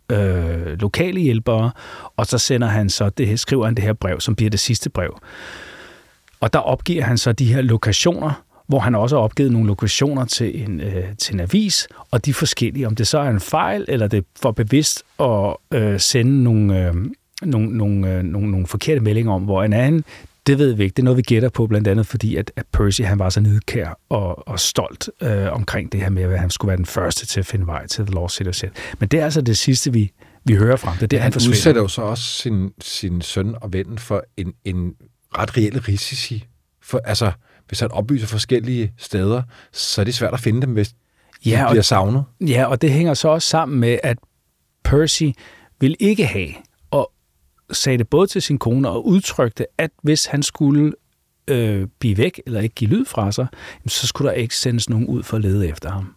øh, lokale hjælpere, og så sender han så det, skriver han det her brev, som bliver det sidste brev. Og der opgiver han så de her lokationer, hvor han også har opgivet nogle lokationer til en, øh, til en avis, og de er forskellige. Om det så er en fejl, eller det er for bevidst at øh, sende nogle, øh, nogle, nogle, øh, nogle, nogle forkerte meldinger om, hvor en anden, det ved vi ikke. Det er noget, vi gætter på, blandt andet fordi, at, at Percy han var så nidkær og, og stolt øh, omkring det her med, at han skulle være den første til at finde vej til The Lost City of Z. Men det er altså det sidste, vi, vi hører fra. Det er det, han, han udsætter jo så også sin, sin søn og vennen for en, en ret reel risici. For, altså, hvis han oplyser forskellige steder, så er det svært at finde dem, hvis ja, de bliver savnet. Ja, og det hænger så også sammen med, at Percy vil ikke have, og sagde det både til sin kone og udtrykte, at hvis han skulle øh, blive væk, eller ikke give lyd fra sig, så skulle der ikke sendes nogen ud for at lede efter ham.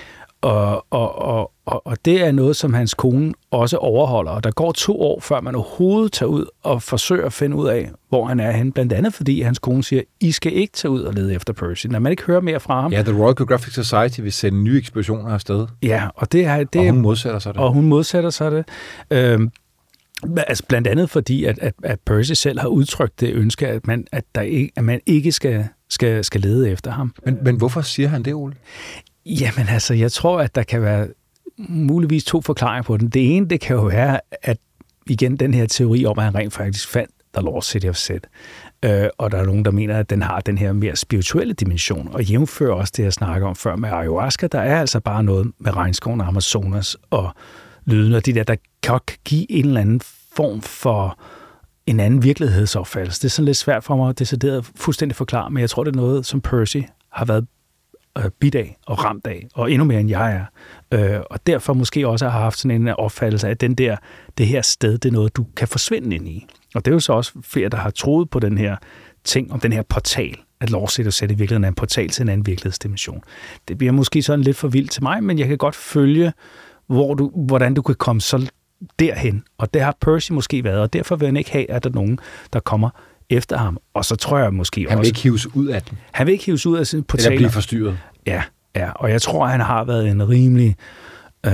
Og, og, og, og, og det er noget, som hans kone også overholder. Og der går to år, før man overhovedet tager ud og forsøger at finde ud af, hvor han er henne. Blandt andet fordi hans kone siger, I skal ikke tage ud og lede efter Percy. Når man ikke hører mere fra ham. Ja, The Royal Geographic Society vil sende nye ekspeditioner afsted. Ja, og det er... Det, og hun modsætter sig det. Og hun modsætter sig det. Øhm, altså blandt andet fordi, at, at, at Percy selv har udtrykt det ønske, at man, at der ikke, at man ikke skal, skal, skal lede efter ham. Men, men hvorfor siger han det, Ole? Jamen altså, jeg tror, at der kan være muligvis to forklaringer på den. Det ene, det kan jo være, at igen den her teori om, at han rent faktisk fandt The Lost City of Z. Øh, og der er nogen, der mener, at den har den her mere spirituelle dimension. Og jævnfører også det, jeg snakker om før med ayahuasca. Der er altså bare noget med regnskoven, Amazonas og lyden og de der, der kan give en eller anden form for en anden virkelighedsopfattelse. Det er sådan lidt svært for mig at decideret fuldstændig forklare, men jeg tror, det er noget, som Percy har været bidt af og ramt af, og endnu mere end jeg er. Øh, og derfor måske også har haft sådan en opfattelse af, at den der, det her sted, det er noget, du kan forsvinde ind i. Og det er jo så også flere, der har troet på den her ting, om den her portal, at Lost City of Z i virkeligheden er en portal til en anden virkelighedsdimension. Det bliver måske sådan lidt for vildt til mig, men jeg kan godt følge, hvor du, hvordan du kan komme så derhen. Og det har Percy måske været, og derfor vil han ikke have, at der er nogen, der kommer efter ham. Og så tror jeg måske han også... Han vil ikke hives ud af den. Han vil ikke hives ud af sin portaler. Eller blive forstyrret. Ja, ja, og jeg tror, han har været en rimelig øh,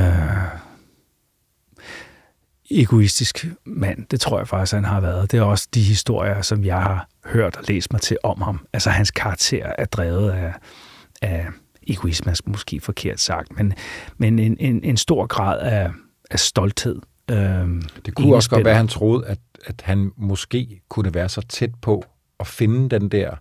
egoistisk mand. Det tror jeg faktisk, han har været. Det er også de historier, som jeg har hørt og læst mig til om ham. Altså, hans karakter er drevet af, af egoisme, måske forkert sagt, men, men en, en, en stor grad af, af stolthed. Øh, det kunne også godt være, at han troede, at, at han måske kunne være så tæt på at finde den der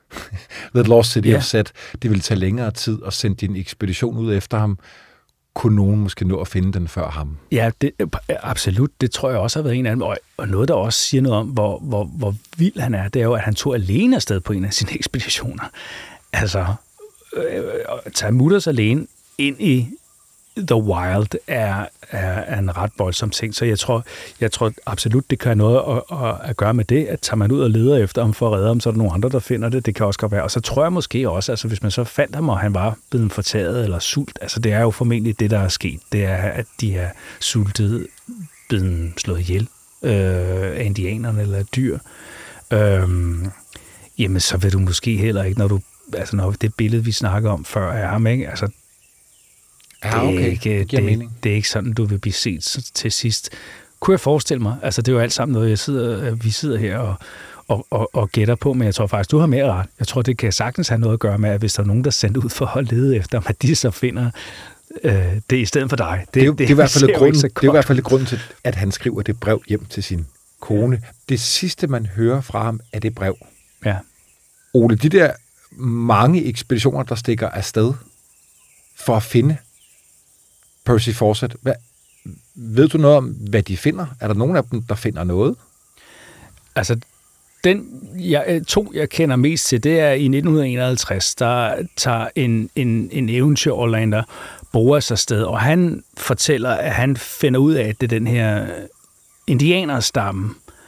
The Lost City of Z. Det ville tage længere tid at sende din ekspedition ud efter ham. Kunne nogen måske nå at finde den før ham? Ja, det, absolut. Det tror jeg også har været en af dem. Og, og noget, der også siger noget om, hvor, hvor, hvor vild han er, det er jo, at han tog alene afsted på en af sine ekspeditioner. Altså, øh, at tage mutters alene ind i The Wild er, er, er en ret voldsom ting, så jeg tror, jeg tror absolut, det kan have noget at, at, at gøre med det, at tager man ud og leder efter ham for at redde ham, så er der nogle andre, der finder det. Det kan også godt være. Og så tror jeg måske også, altså hvis man så fandt ham, og han var blevet fortaget eller sult, altså det er jo formentlig det, der er sket. Det er, at de er sultet, blevet slået ihjel øh, af indianerne eller af dyr. Øh, jamen, så vil du måske heller ikke, når du, altså når det billede, vi snakker om før er ham, ikke? Altså, Ja, okay. Det er, ikke, det, det er ikke sådan, du vil blive set til sidst. Kunne jeg forestille mig? Altså, det er jo alt sammen noget, jeg sidder, vi sidder her og, og, og, og gætter på, men jeg tror faktisk, du har mere ret. Jeg tror, det kan sagtens have noget at gøre med, at hvis der er nogen, der er sendt ud for at lede efter dem, at de så finder øh, det i stedet for dig. Det, det, er, jo, det, det, er, i hvert fald grunden, det er i hvert fald ud. grunden til, at han skriver det brev hjem til sin kone. Det sidste, man hører fra ham, er det brev. Ja. Ole, de der mange ekspeditioner, der stikker afsted for at finde Percy Fawcett. Hvad, ved du noget om, hvad de finder? Er der nogen af dem, der finder noget? Altså, den jeg, to, jeg kender mest til, det er i nitten enoghalvtreds, der tager en, en, en eventyr Orlander Boas afsted, og han fortæller, at han finder ud af, at det er den her indianerstamme,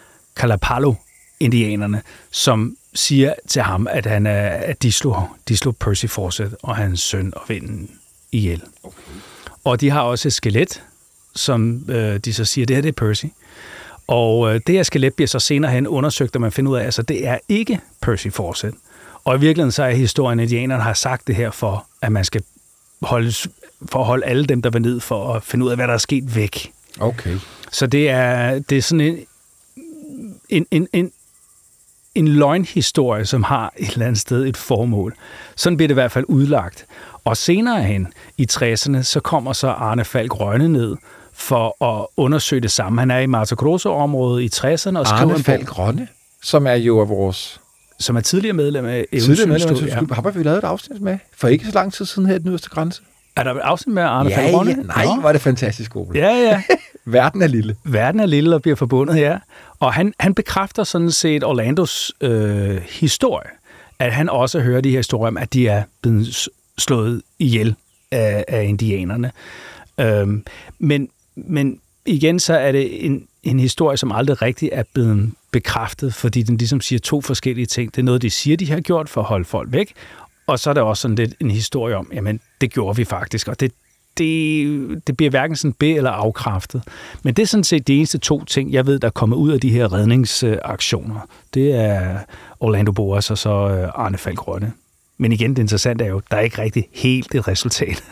Kalapalo-indianerne, som siger til ham, at, han er, at de, slog, de slog Percy Fawcett og hans søn og vennen ihjel. Okay. Og de har også et skelet, som øh, de så siger, det her det er Percy. Og øh, det her skelet bliver så senere hen undersøgt, og man finder ud af, at altså, det er ikke Percy Fawcett. Og i virkeligheden så er historien, at indianerne har sagt det her for, at man skal holde, for at holde alle dem, der var ned for at finde ud af, hvad der er sket væk. Okay. Så det er, det er sådan en, en, en, en, en løgnhistorie, som har et eller andet sted et formål. Sådan bliver det i hvert fald udlagt. Og senere hen i tresserne, så kommer så Arne Falk Rønne ned for at undersøge det samme. Han er i Mato Grosso-området i tresserne og skriver Arne Falk Rønne, som er jo af vores... Som er tidligere medlem af Eventyrens Klub. Har vi lavet et afsnit med? For ikke så lang tid siden her i Den Yderste Grænse. Er der et afsnit med Arne ja, Falk Rønne? Ja, nej, Nå. Var det fantastisk, Ole. Ja, ja. Verden er lille. Verden er lille og bliver forbundet, ja. Og han, han bekræfter sådan set Orlandos øh, historie, at han også hører de her historier om, at de er blevet slået ihjel af, af indianerne. Øhm, men, men igen, så er det en, en historie, som aldrig rigtig er blevet bekræftet, fordi den ligesom siger to forskellige ting. Det er noget, de siger, de har gjort for at holde folk væk, og så er der også sådan lidt en historie om, jamen, det gjorde vi faktisk, og det, det, det bliver hverken sådan be- eller afkræftet. Men det er sådan set de eneste to ting, jeg ved, der er kommet ud af de her redningsaktioner. Det er Orlando Boas og så Arne Falk Rønne. Men igen, det interessante er jo, der er ikke rigtig helt et resultat.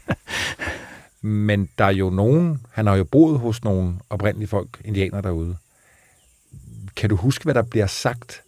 Men der er jo nogen, han har jo boet hos nogle oprindelige folk, indianere derude. Kan du huske, hvad der bliver sagt?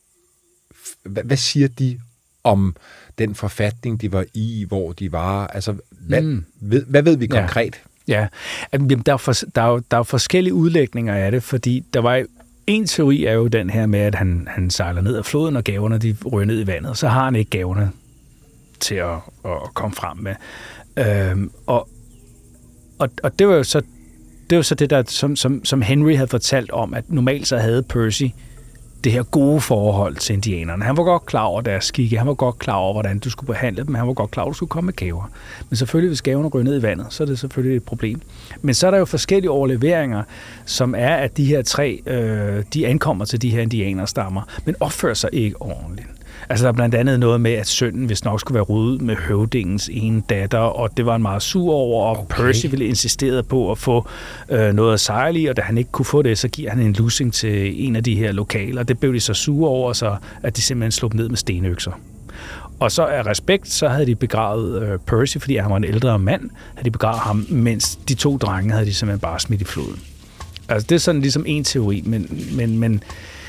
Hvad, hvad siger de om den forfatning, de var i, hvor de var? Altså, hvad, mm. ved, hvad ved vi konkret? Ja, ja. Der, er for, der, er jo, der er jo forskellige udlægninger af det, fordi der var en teori er jo den her med, at han, han sejler ned af floden, og gaverne de ryger ned i vandet. Så har han ikke gaverne til at, at komme frem med. Øhm, og, og, og det var jo så det var så det der, som, som, som Henry havde fortalt om, at normalt så havde Percy det her gode forhold til indianerne. Han var godt klar over deres skikke, han var godt klar over, hvordan du skulle behandle dem, han var godt klar over, at du skulle komme med gaver. Men selvfølgelig, hvis gaverne ryger ned i vandet, så er det selvfølgelig et problem. Men så er der jo forskellige overleveringer, som er, at de her tre, øh, de ankommer til de her indianerstammer, men opfører sig ikke ordentligt. Altså, der er blandt andet noget med, at sønnen hvis nok skulle være rodet med høvdingens ene datter, og det var han meget sur over, og okay. Percy ville insistere på at få øh, noget at sejle i, og da han ikke kunne få det, så giver han en lussing til en af de her lokaler. Det blev de så sure over, så at de simpelthen slog ned med stenøkser. Og så af respekt, så havde de begravet øh, Percy, fordi han var en ældre mand, havde de begravet ham, mens de to drenge havde de simpelthen bare smidt i floden. Altså, det er sådan ligesom en teori, men... men, men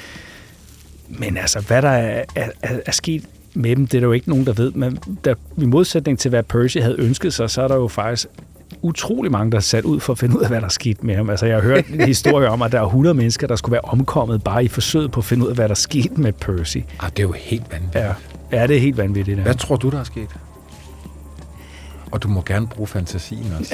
Men altså, hvad der er, er, er sket med dem, det er der jo ikke nogen, der ved. Men der, i modsætning til, hvad Percy havde ønsket sig, så er der jo faktisk utrolig mange, der er sat ud for at finde ud af, hvad der er sket med ham. Altså, jeg har hørt en historie om, at der er hundrede mennesker, der skulle være omkommet bare i forsøget på at finde ud af, hvad der er sket med Percy. Ah, det er jo helt vanvittigt. Ja, ja det er helt vanvittigt. Ja. Hvad tror du, der er sket? Og du må gerne bruge fantasien også.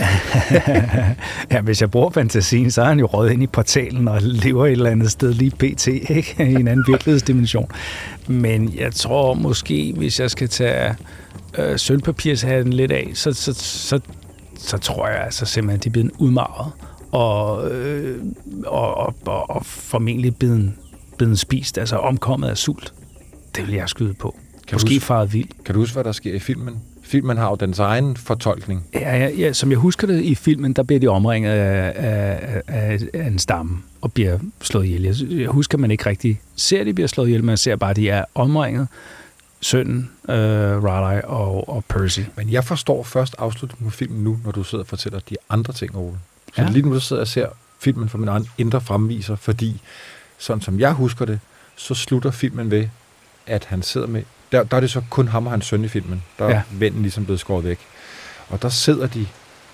Ja, hvis jeg bruger fantasien, så er han jo røget ind i portalen og lever et eller andet sted lige pt, ikke? I en anden virkelighedsdimension. Men jeg tror måske, hvis jeg skal tage øh, sølvpapirshatten lidt af, så, så, så, så tror jeg altså simpelthen, de er blevet udmarret og, øh, og, og, og, og formentlig blevet, blevet spist, altså omkommet af sult. Det vil jeg skyde på. Kan måske faret vild. Kan du huske, hvad der sker i filmen? Filmen har jo dens egen fortolkning. Ja, ja, ja, som jeg husker det i filmen, der bliver de omringet af, af, af, af en stamme og bliver slået ihjel. Jeg, jeg husker, man ikke rigtig ser, at de bliver slået ihjel, man ser bare, at de er omringet. Sønnen, øh, Raleigh og, og Percy. Men jeg forstår først afslutningen på filmen nu, når du sidder og fortæller de andre ting, Ole. Så ja. Lige nu, der sidder jeg og ser filmen for min egen indre fremviser, fordi sådan som jeg husker det, så slutter filmen ved, at han sidder med... Der, der er det så kun ham og hans søn i filmen. Der er ja. vennen ligesom blevet skåret væk. Og der sidder de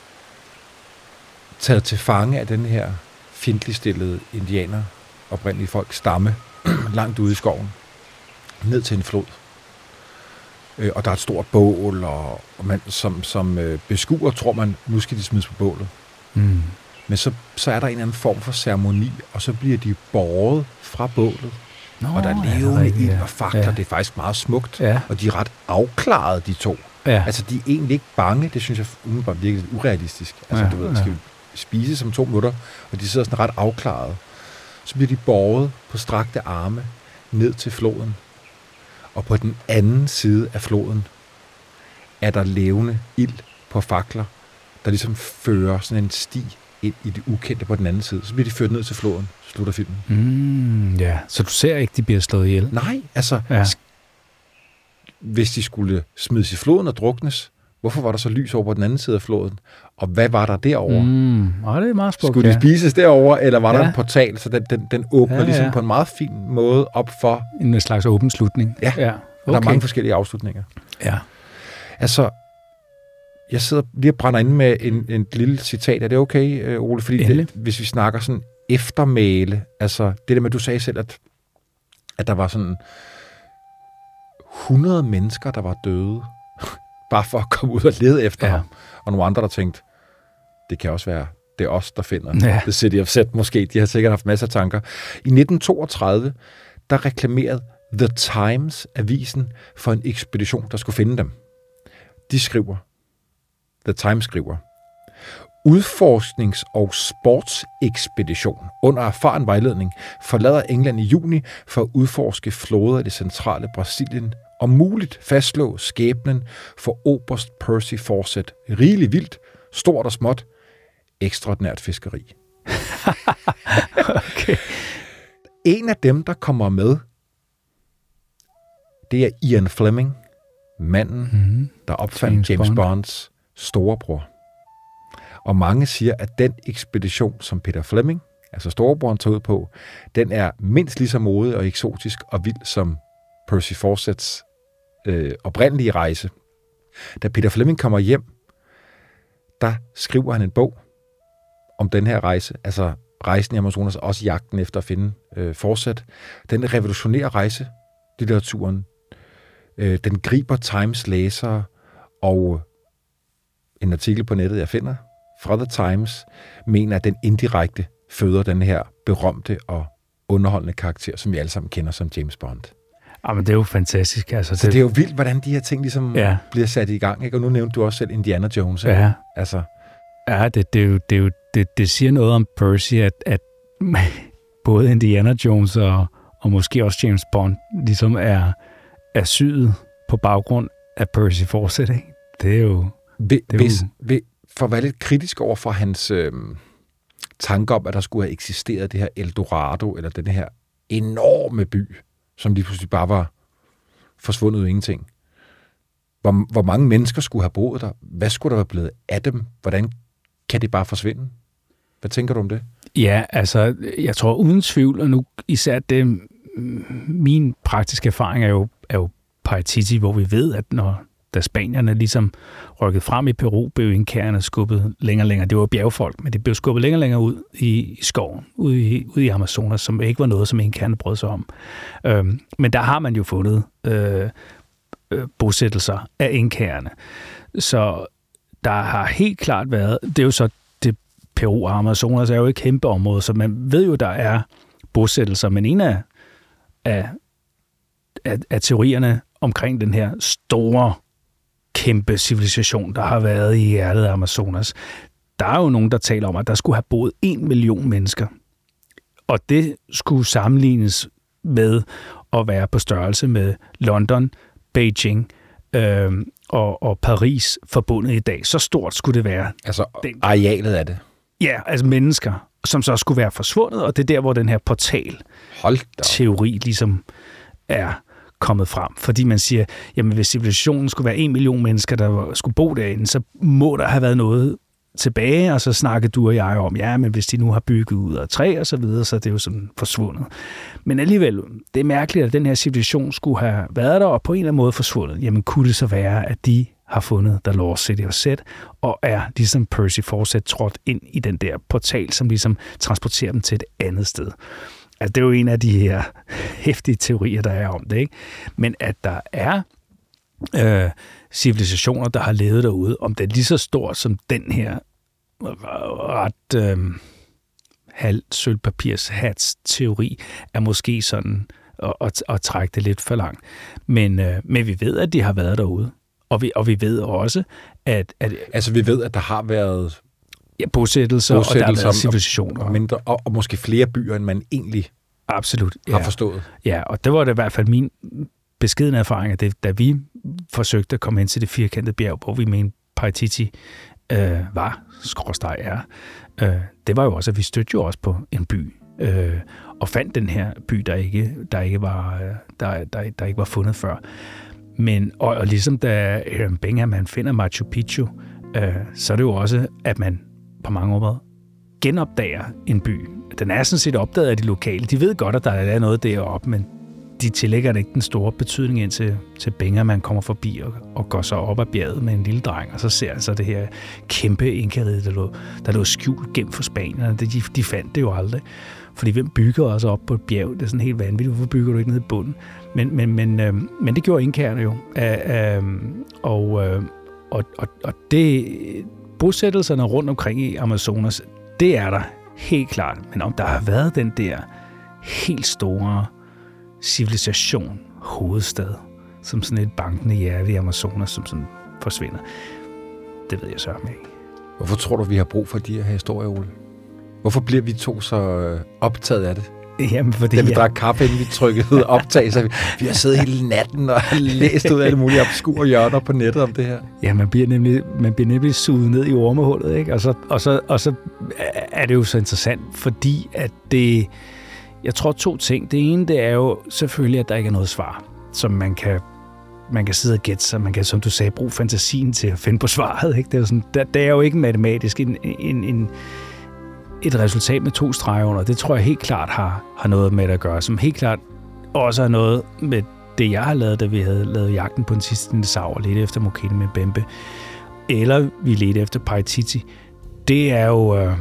taget til fange af den her fjendtligt stillede indianer, oprindelige folk, stamme, langt ude i skoven, ned til en flod. Øh, og der er et stort bål, og, og man som, som øh, beskuer, tror man, nu skal de smides på bålet. Mm. Men så, så er der en eller anden form for ceremoni, og så bliver de båret fra bålet. Nå, og der er levende ild ja. og fakler. Ja. Det er faktisk meget smukt. Ja. Og de er ret afklaret, de to. Ja. Altså, de er egentlig ikke bange. Det synes jeg umiddelbart virker lidt urealistisk. Altså, ja. du ved, de skal spise som to minutter, og de sidder sådan ret afklaret. Så bliver de båret på strakte arme ned til floden. Og på den anden side af floden er der levende ild på fakler, der ligesom fører sådan en sti ind i det ukendte på den anden side. Så bliver de ført ned til floden, slutter filmen. Mm, ja, så du ser ikke, de bliver slået ihjel? Nej, altså, ja. hvis de skulle smides i floden og druknes, Hvorfor var der så lys over på den anden side af floden? Og hvad var der derovre? Mm, og det er meget smukt, Skulle de ja. spises derovre, eller var ja. der en portal, så den, den, den åbner ja, ja. ligesom på en meget fin måde op for... En slags åben slutning. Ja, ja. Okay. Der er mange forskellige afslutninger. Ja. Altså, jeg sidder lige og brænder inde med en, en lille citat. Er det okay, Ole? Fordi det, hvis vi snakker sådan eftermæle, altså det der med, du sagde selv, at, at der var sådan hundrede mennesker, der var døde, bare for at komme ud og lede efter ja. ham. Og nogle andre, der tænkte, det kan også være, det er os, der finder ja. The City of Z måske. De har sikkert haft masser af tanker. I nitten toogtredive, der reklamerede The Times, avisen, for en ekspedition, der skulle finde dem. De skriver, The Times skriver, udforsknings- og sportsekspedition under erfaren vejledning forlader England i juni for at udforske floder i det centrale Brasilien og muligt fastslå skæbnen for oberst Percy Fawcett. Rigeligt vildt, stort og småt, ekstraordinært fiskeri. Okay. En af dem, der kommer med, det er Ian Fleming, manden, mm-hmm. der opfandt James, James Bond. Bonds storebror. Og mange siger, at den ekspedition, som Peter Fleming, altså storebroren, tager ud på, den er mindst lige så modig og eksotisk og vild som Percy Fawcetts øh, oprindelige rejse. Da Peter Fleming kommer hjem, der skriver han en bog om den her rejse, altså rejsen i Amazonas, også jagten efter at finde øh, Fawcett. Den revolutionerer rejselitteraturen. Øh, den griber Times læsere, og en artikel på nettet, jeg finder, fra The Times, mener, at den indirekte føder den her berømte og underholdende karakter, som vi alle sammen kender som James Bond. Jamen, det er jo fantastisk. Altså, så det, det er jo vildt, hvordan de her ting ligesom ja. bliver sat i gang. Ikke? Og nu nævnte du også selv Indiana Jones. Ikke? Ja, altså. ja det, det, er jo, det, er jo, det, det siger noget om Percy, at, at både Indiana Jones og, og måske også James Bond ligesom er, er syet på baggrund af Percy Fawcett. Ikke? Det er jo... Hvis, det er jo hvis, for at være lidt kritisk over for hans øh, tanker om, at der skulle have eksisteret det her Eldorado, eller den her enorme by, som lige pludselig bare var forsvundet ud af ingenting. Hvor, hvor mange mennesker skulle have boet der? Hvad skulle der være blevet af dem? Hvordan kan det bare forsvinde? Hvad tænker du om det? Ja, altså, jeg tror uden tvivl, og nu især det, min praktiske erfaring er jo, er jo Paititi, hvor vi ved, at når da spanierne ligesom rykkede frem i Peru, blev inkærerne skubbet længere og længere. Det var bjergfolk, men det blev skubbet længere og længere ud i, i skoven, ud i, ud i Amazonas, som ikke var noget, som inkærerne brød sig om. Øhm, men der har man jo fundet øh, øh, bosættelser af inkærerne. Så der har helt klart været, det er jo så, det Peru og Amazonas er jo et kæmpe område, så man ved jo, der er bosættelser, men en af, af, af, af teorierne omkring den her store kæmpe civilisation, der har været i hjertet af Amazonas. Der er jo nogen, der taler om, at der skulle have boet en million mennesker. Og det skulle sammenlignes med at være på størrelse med London, Beijing øh, og, og Paris forbundet i dag. Så stort skulle det være. Altså den, arealet af det? Ja, altså mennesker, som så skulle være forsvundet, og det er der, hvor den her portal-teori ligesom er kommet frem. Fordi man siger, jamen hvis civilisationen skulle være en million mennesker, der skulle bo derinde, så må der have været noget tilbage, og så snakker du og jeg om, ja, men hvis de nu har bygget ud af træ og så videre, så er det jo sådan forsvundet. Men alligevel, det er mærkeligt, at den her civilisation skulle have været der, og på en eller anden måde forsvundet. Jamen kunne det så være, at de har fundet The Lost City of Z, og er ligesom Percy Fawcett trådt ind i den der portal, som ligesom transporterer dem til et andet sted. Altså, det er jo en af de her hæftige teorier, der er om det, ikke? Men at der er øh, civilisationer, der har levet derude, om det er lige så stort som den her ret øh, halv sølvpapirs hats teori, er måske sådan at, at, at trække det lidt for langt. Men, øh, men vi ved, at de har været derude. Og vi, og vi ved også, at, at... Altså, vi ved, at der har været... Ja, bosættelser, bosættelser, og der har været civilisationer. Og, mindre, og, og måske flere byer, end man egentlig Absolut, ja. har forstået. Ja, og det var det i hvert fald min beskedne erfaring, at det, da vi forsøgte at komme hen til det firkantede bjerg, hvor vi mente Paititi øh, var, skråstreg er, øh, det var jo også, at vi stødte jo også på en by, øh, og fandt den her by, der ikke, der ikke, var, der, der, der ikke var fundet før. Men, og, og ligesom da Aaron Bingham han finder Machu Picchu, øh, så er det jo også, at man på mange områder genopdager en by. Den er sådan set opdaget af de lokale. De ved godt, at der er noget deroppe, men de tillægger det ikke den store betydning ind til, til Bingham, man kommer forbi og, og går så op ad bjerget med en lille dreng, og så ser han så det her kæmpe inkaride, der lå, der lå skjult gennem for spanierne. De, de fandt det jo aldrig. Fordi hvem bygger også op på et bjerg? Det er sådan helt vanvittigt. Hvorfor bygger du ikke ned i bunden? Men, men, men, øh, men det gjorde inkerne jo. Øh, øh, og, øh, og, og, og det, bosættelserne rundt omkring i Amazonas, det er der helt klart. Men om der har været den der helt store civilisation, hovedstad, som sådan et bankende hjerte i Amazonas, som sådan forsvinder, det ved jeg så ikke. Hvorfor tror du, vi har brug for de her historier, Ole? Hvorfor bliver vi to så optaget af det? Jamen, fordi da vi jeg... drak kaffe, inden vi trykkede optag, så vi, vi har siddet hele natten og læst ud af alle mulige obskure hjørner på nettet om det her. Ja, man bliver nemlig, man bliver nemlig suget ned i ormehullet, ikke? Og så, og, så, og så er det jo så interessant, fordi at det... Jeg tror to ting. Det ene, det er jo selvfølgelig, at der ikke er noget svar, som man kan, man kan sidde og gætte sig. Man kan, som du sagde, bruge fantasien til at finde på svaret, ikke? Det er jo sådan, der, der er jo ikke matematisk en, en, en et resultat med to streger under. Det tror jeg helt klart har, har noget med det at gøre, som helt klart også har noget med det, jeg har lavet, da vi havde lavet Jagten på den sidste dinosaur, lidt efter Mokele Mbembe, eller vi ledte efter Paititi. Det er jo øh,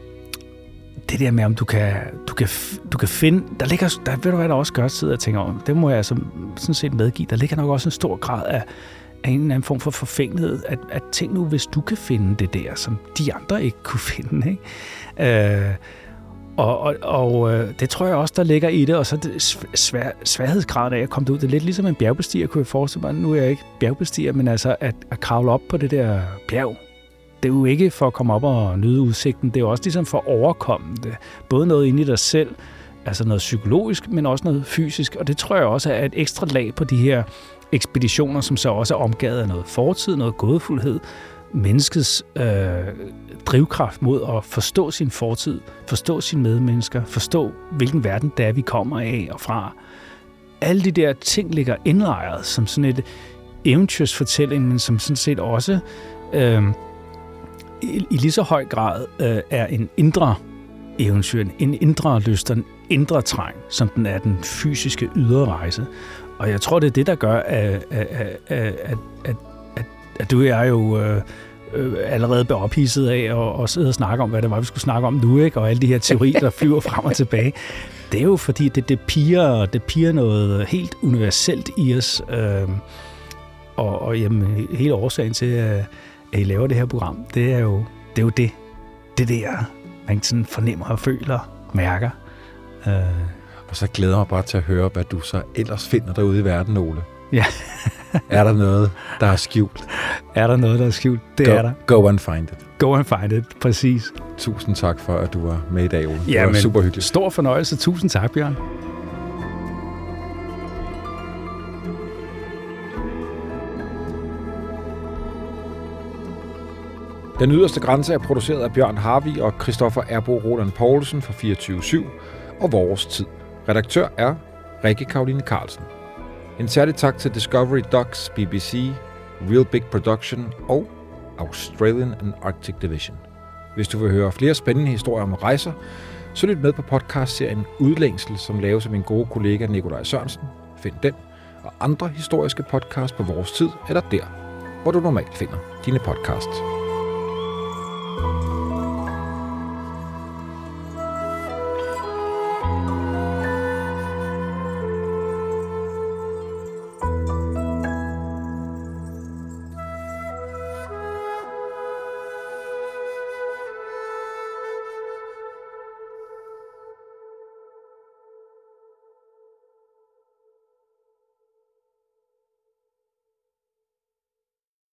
det der med, om du kan, du kan, du kan finde, der ligger, der ved du hvad, der også gør, sidder og tænker om, det må jeg altså sådan set medgive, der ligger nok også en stor grad af, af en eller anden form for forfængelighed, at, at tænk nu, hvis du kan finde det der, som de andre ikke kunne finde, ikke? Øh, og og, og øh, det tror jeg også, der ligger i det, og så det svær, sværhedsgraden af at komme ud. Det er lidt ligesom en bjergbestiger, kunne jeg forestille mig. Nu er jeg ikke bjergbestiger, men altså at, at kravle op på det der bjerg, det er jo ikke for at komme op og nyde udsigten, det er jo også ligesom for at overkomme det. Både noget inde i dig selv, altså noget psykologisk, men også noget fysisk, og det tror jeg også er et ekstra lag på de her ekspeditioner, som så også er omgivet af noget fortid, noget gådefuldhed, menneskets øh, drivkraft mod at forstå sin fortid, forstå sine medmennesker, forstå, hvilken verden det er, vi kommer af og fra. Alle de der ting ligger indlejret som sådan et eventyrsfortælling, men som sådan set også øh, i, i lige så høj grad øh, er en indre eventyr, en indre lyst og en indre træng, som den er den fysiske ydre rejse. Og jeg tror, det er det, der gør, at, at, at, at, at, at, at du og jeg jo øh, øh, allerede blev ophidset af og, og sidde og snakke om, hvad det var, vi skulle snakke om nu, ikke? Og alle de her teorier, der flyver frem og tilbage. Det er jo fordi, det, det, piger, det piger noget helt universelt i os. Øh, og og jamen, hele årsagen til, at I laver det her program, det er jo det, er jo det. Det der, man sådan fornemmer og føler, mærker. Øh, Og så glæder jeg mig bare til at høre, hvad du så ellers finder derude i verden, Ole. Ja. Er der noget, der er skjult? Er der noget, der er skjult? Det go, er der. Go and find it. Go and find it, præcis. Tusind tak for, at du var med i dag, Ole. Ja, det var super hyggeligt. Stor fornøjelse. Tusind tak, Bjørn. Den yderste grænse er produceret af Bjørn Harvig og Christoffer Erbo Roland Poulsen for fireogtyve syv og Vores Tid. Redaktør er Rikke Karoline Carlsen. En særlig tak til Discovery Docs, B B C, Real Big Production og Australian and Arctic Division. Hvis du vil høre flere spændende historier om rejser, så lyt med på podcastserien Udlængsel, som laves af min gode kollega Nikolaj Sørensen. Find den og andre historiske podcasts på Vores Tid eller der, hvor du normalt finder dine podcasts.